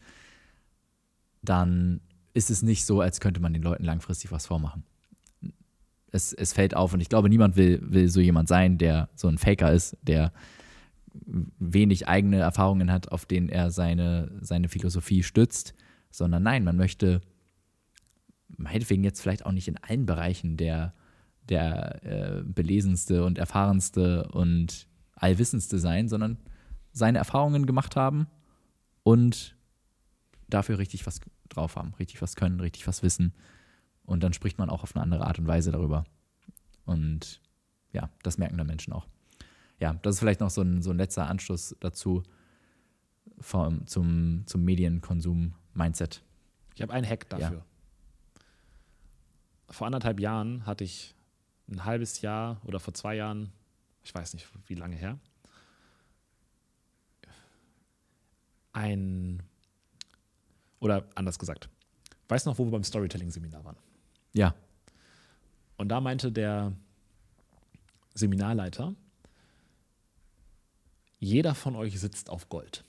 dann ist es nicht so, als könnte man den Leuten langfristig was vormachen. Es, es fällt auf und ich glaube, niemand will, will so jemand sein, der so ein Faker ist, der wenig eigene Erfahrungen hat, auf denen er seine, seine Philosophie stützt, sondern nein, man möchte meinetwegen jetzt vielleicht auch nicht in allen Bereichen der, der äh, belesenste und erfahrenste und allwissendste sein, sondern seine Erfahrungen gemacht haben und dafür richtig was drauf haben, richtig was können, richtig was wissen. Und dann spricht man auch auf eine andere Art und Weise darüber. Und ja, das merken dann Menschen auch. Ja, das ist vielleicht noch so ein, so ein letzter Anschluss dazu vom, zum, zum Medienkonsum-Mindset. Ich habe einen Hack dafür. Ja. Vor anderthalb Jahren hatte ich ein halbes Jahr oder vor zwei Jahren, ich weiß nicht, wie lange her, ein, oder anders gesagt, weißt du noch, wo wir beim Storytelling-Seminar waren? Ja. Und da meinte der Seminarleiter, jeder von euch sitzt auf Gold.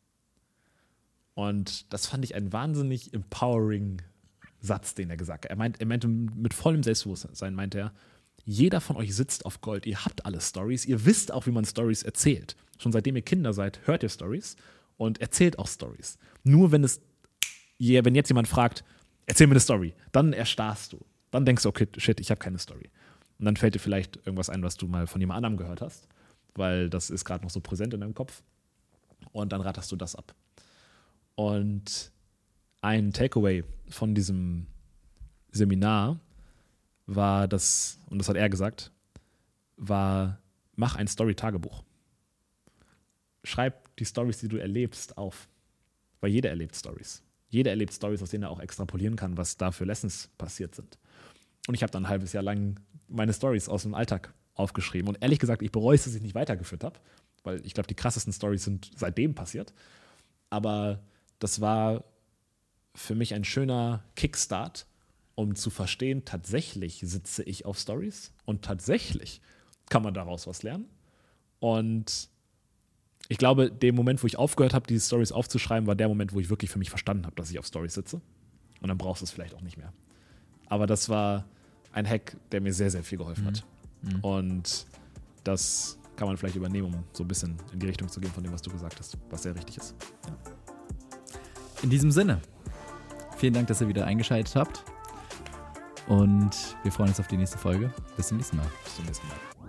Und das fand ich einen wahnsinnig empowering Satz, den er gesagt hat. Er, meint, er meinte mit vollem Selbstbewusstsein, meinte er, jeder von euch sitzt auf Gold, ihr habt alle Stories, ihr wisst auch, wie man Stories erzählt. Schon seitdem ihr Kinder seid, hört ihr Stories und erzählt auch Stories. Nur wenn es, wenn jetzt jemand fragt, erzähl mir eine Story, dann erstarrst du. Dann denkst du, okay, shit, ich habe keine Story. Und dann fällt dir vielleicht irgendwas ein, was du mal von jemand anderem gehört hast, weil das ist gerade noch so präsent in deinem Kopf. Und dann ratterst du das ab. Und ein Takeaway von diesem Seminar war das, und das hat er gesagt, war, mach ein Story-Tagebuch. Schreib die Stories, die du erlebst, auf. Weil jeder erlebt Stories. Jeder erlebt Stories, aus denen er auch extrapolieren kann, was da für Lessons passiert sind. Und ich habe dann ein halbes Jahr lang meine Stories aus dem Alltag aufgeschrieben. Und ehrlich gesagt, ich bereue es, dass ich nicht weitergeführt habe, weil ich glaube, die krassesten Stories sind seitdem passiert. Aber das war für mich ein schöner Kickstart, um zu verstehen, tatsächlich sitze ich auf Stories und tatsächlich kann man daraus was lernen. Und ich glaube, der Moment, wo ich aufgehört habe, diese Stories aufzuschreiben, war der Moment, wo ich wirklich für mich verstanden habe, dass ich auf Stories sitze. Und dann brauchst du es vielleicht auch nicht mehr. Aber das war ein Hack, der mir sehr, sehr viel geholfen hat. Mhm. Und das kann man vielleicht übernehmen, um so ein bisschen in die Richtung zu gehen von dem, was du gesagt hast, was sehr richtig ist. Ja. In diesem Sinne, vielen Dank, dass ihr wieder eingeschaltet habt. Und wir freuen uns auf die nächste Folge. Bis zum nächsten Mal. Bis zum nächsten Mal.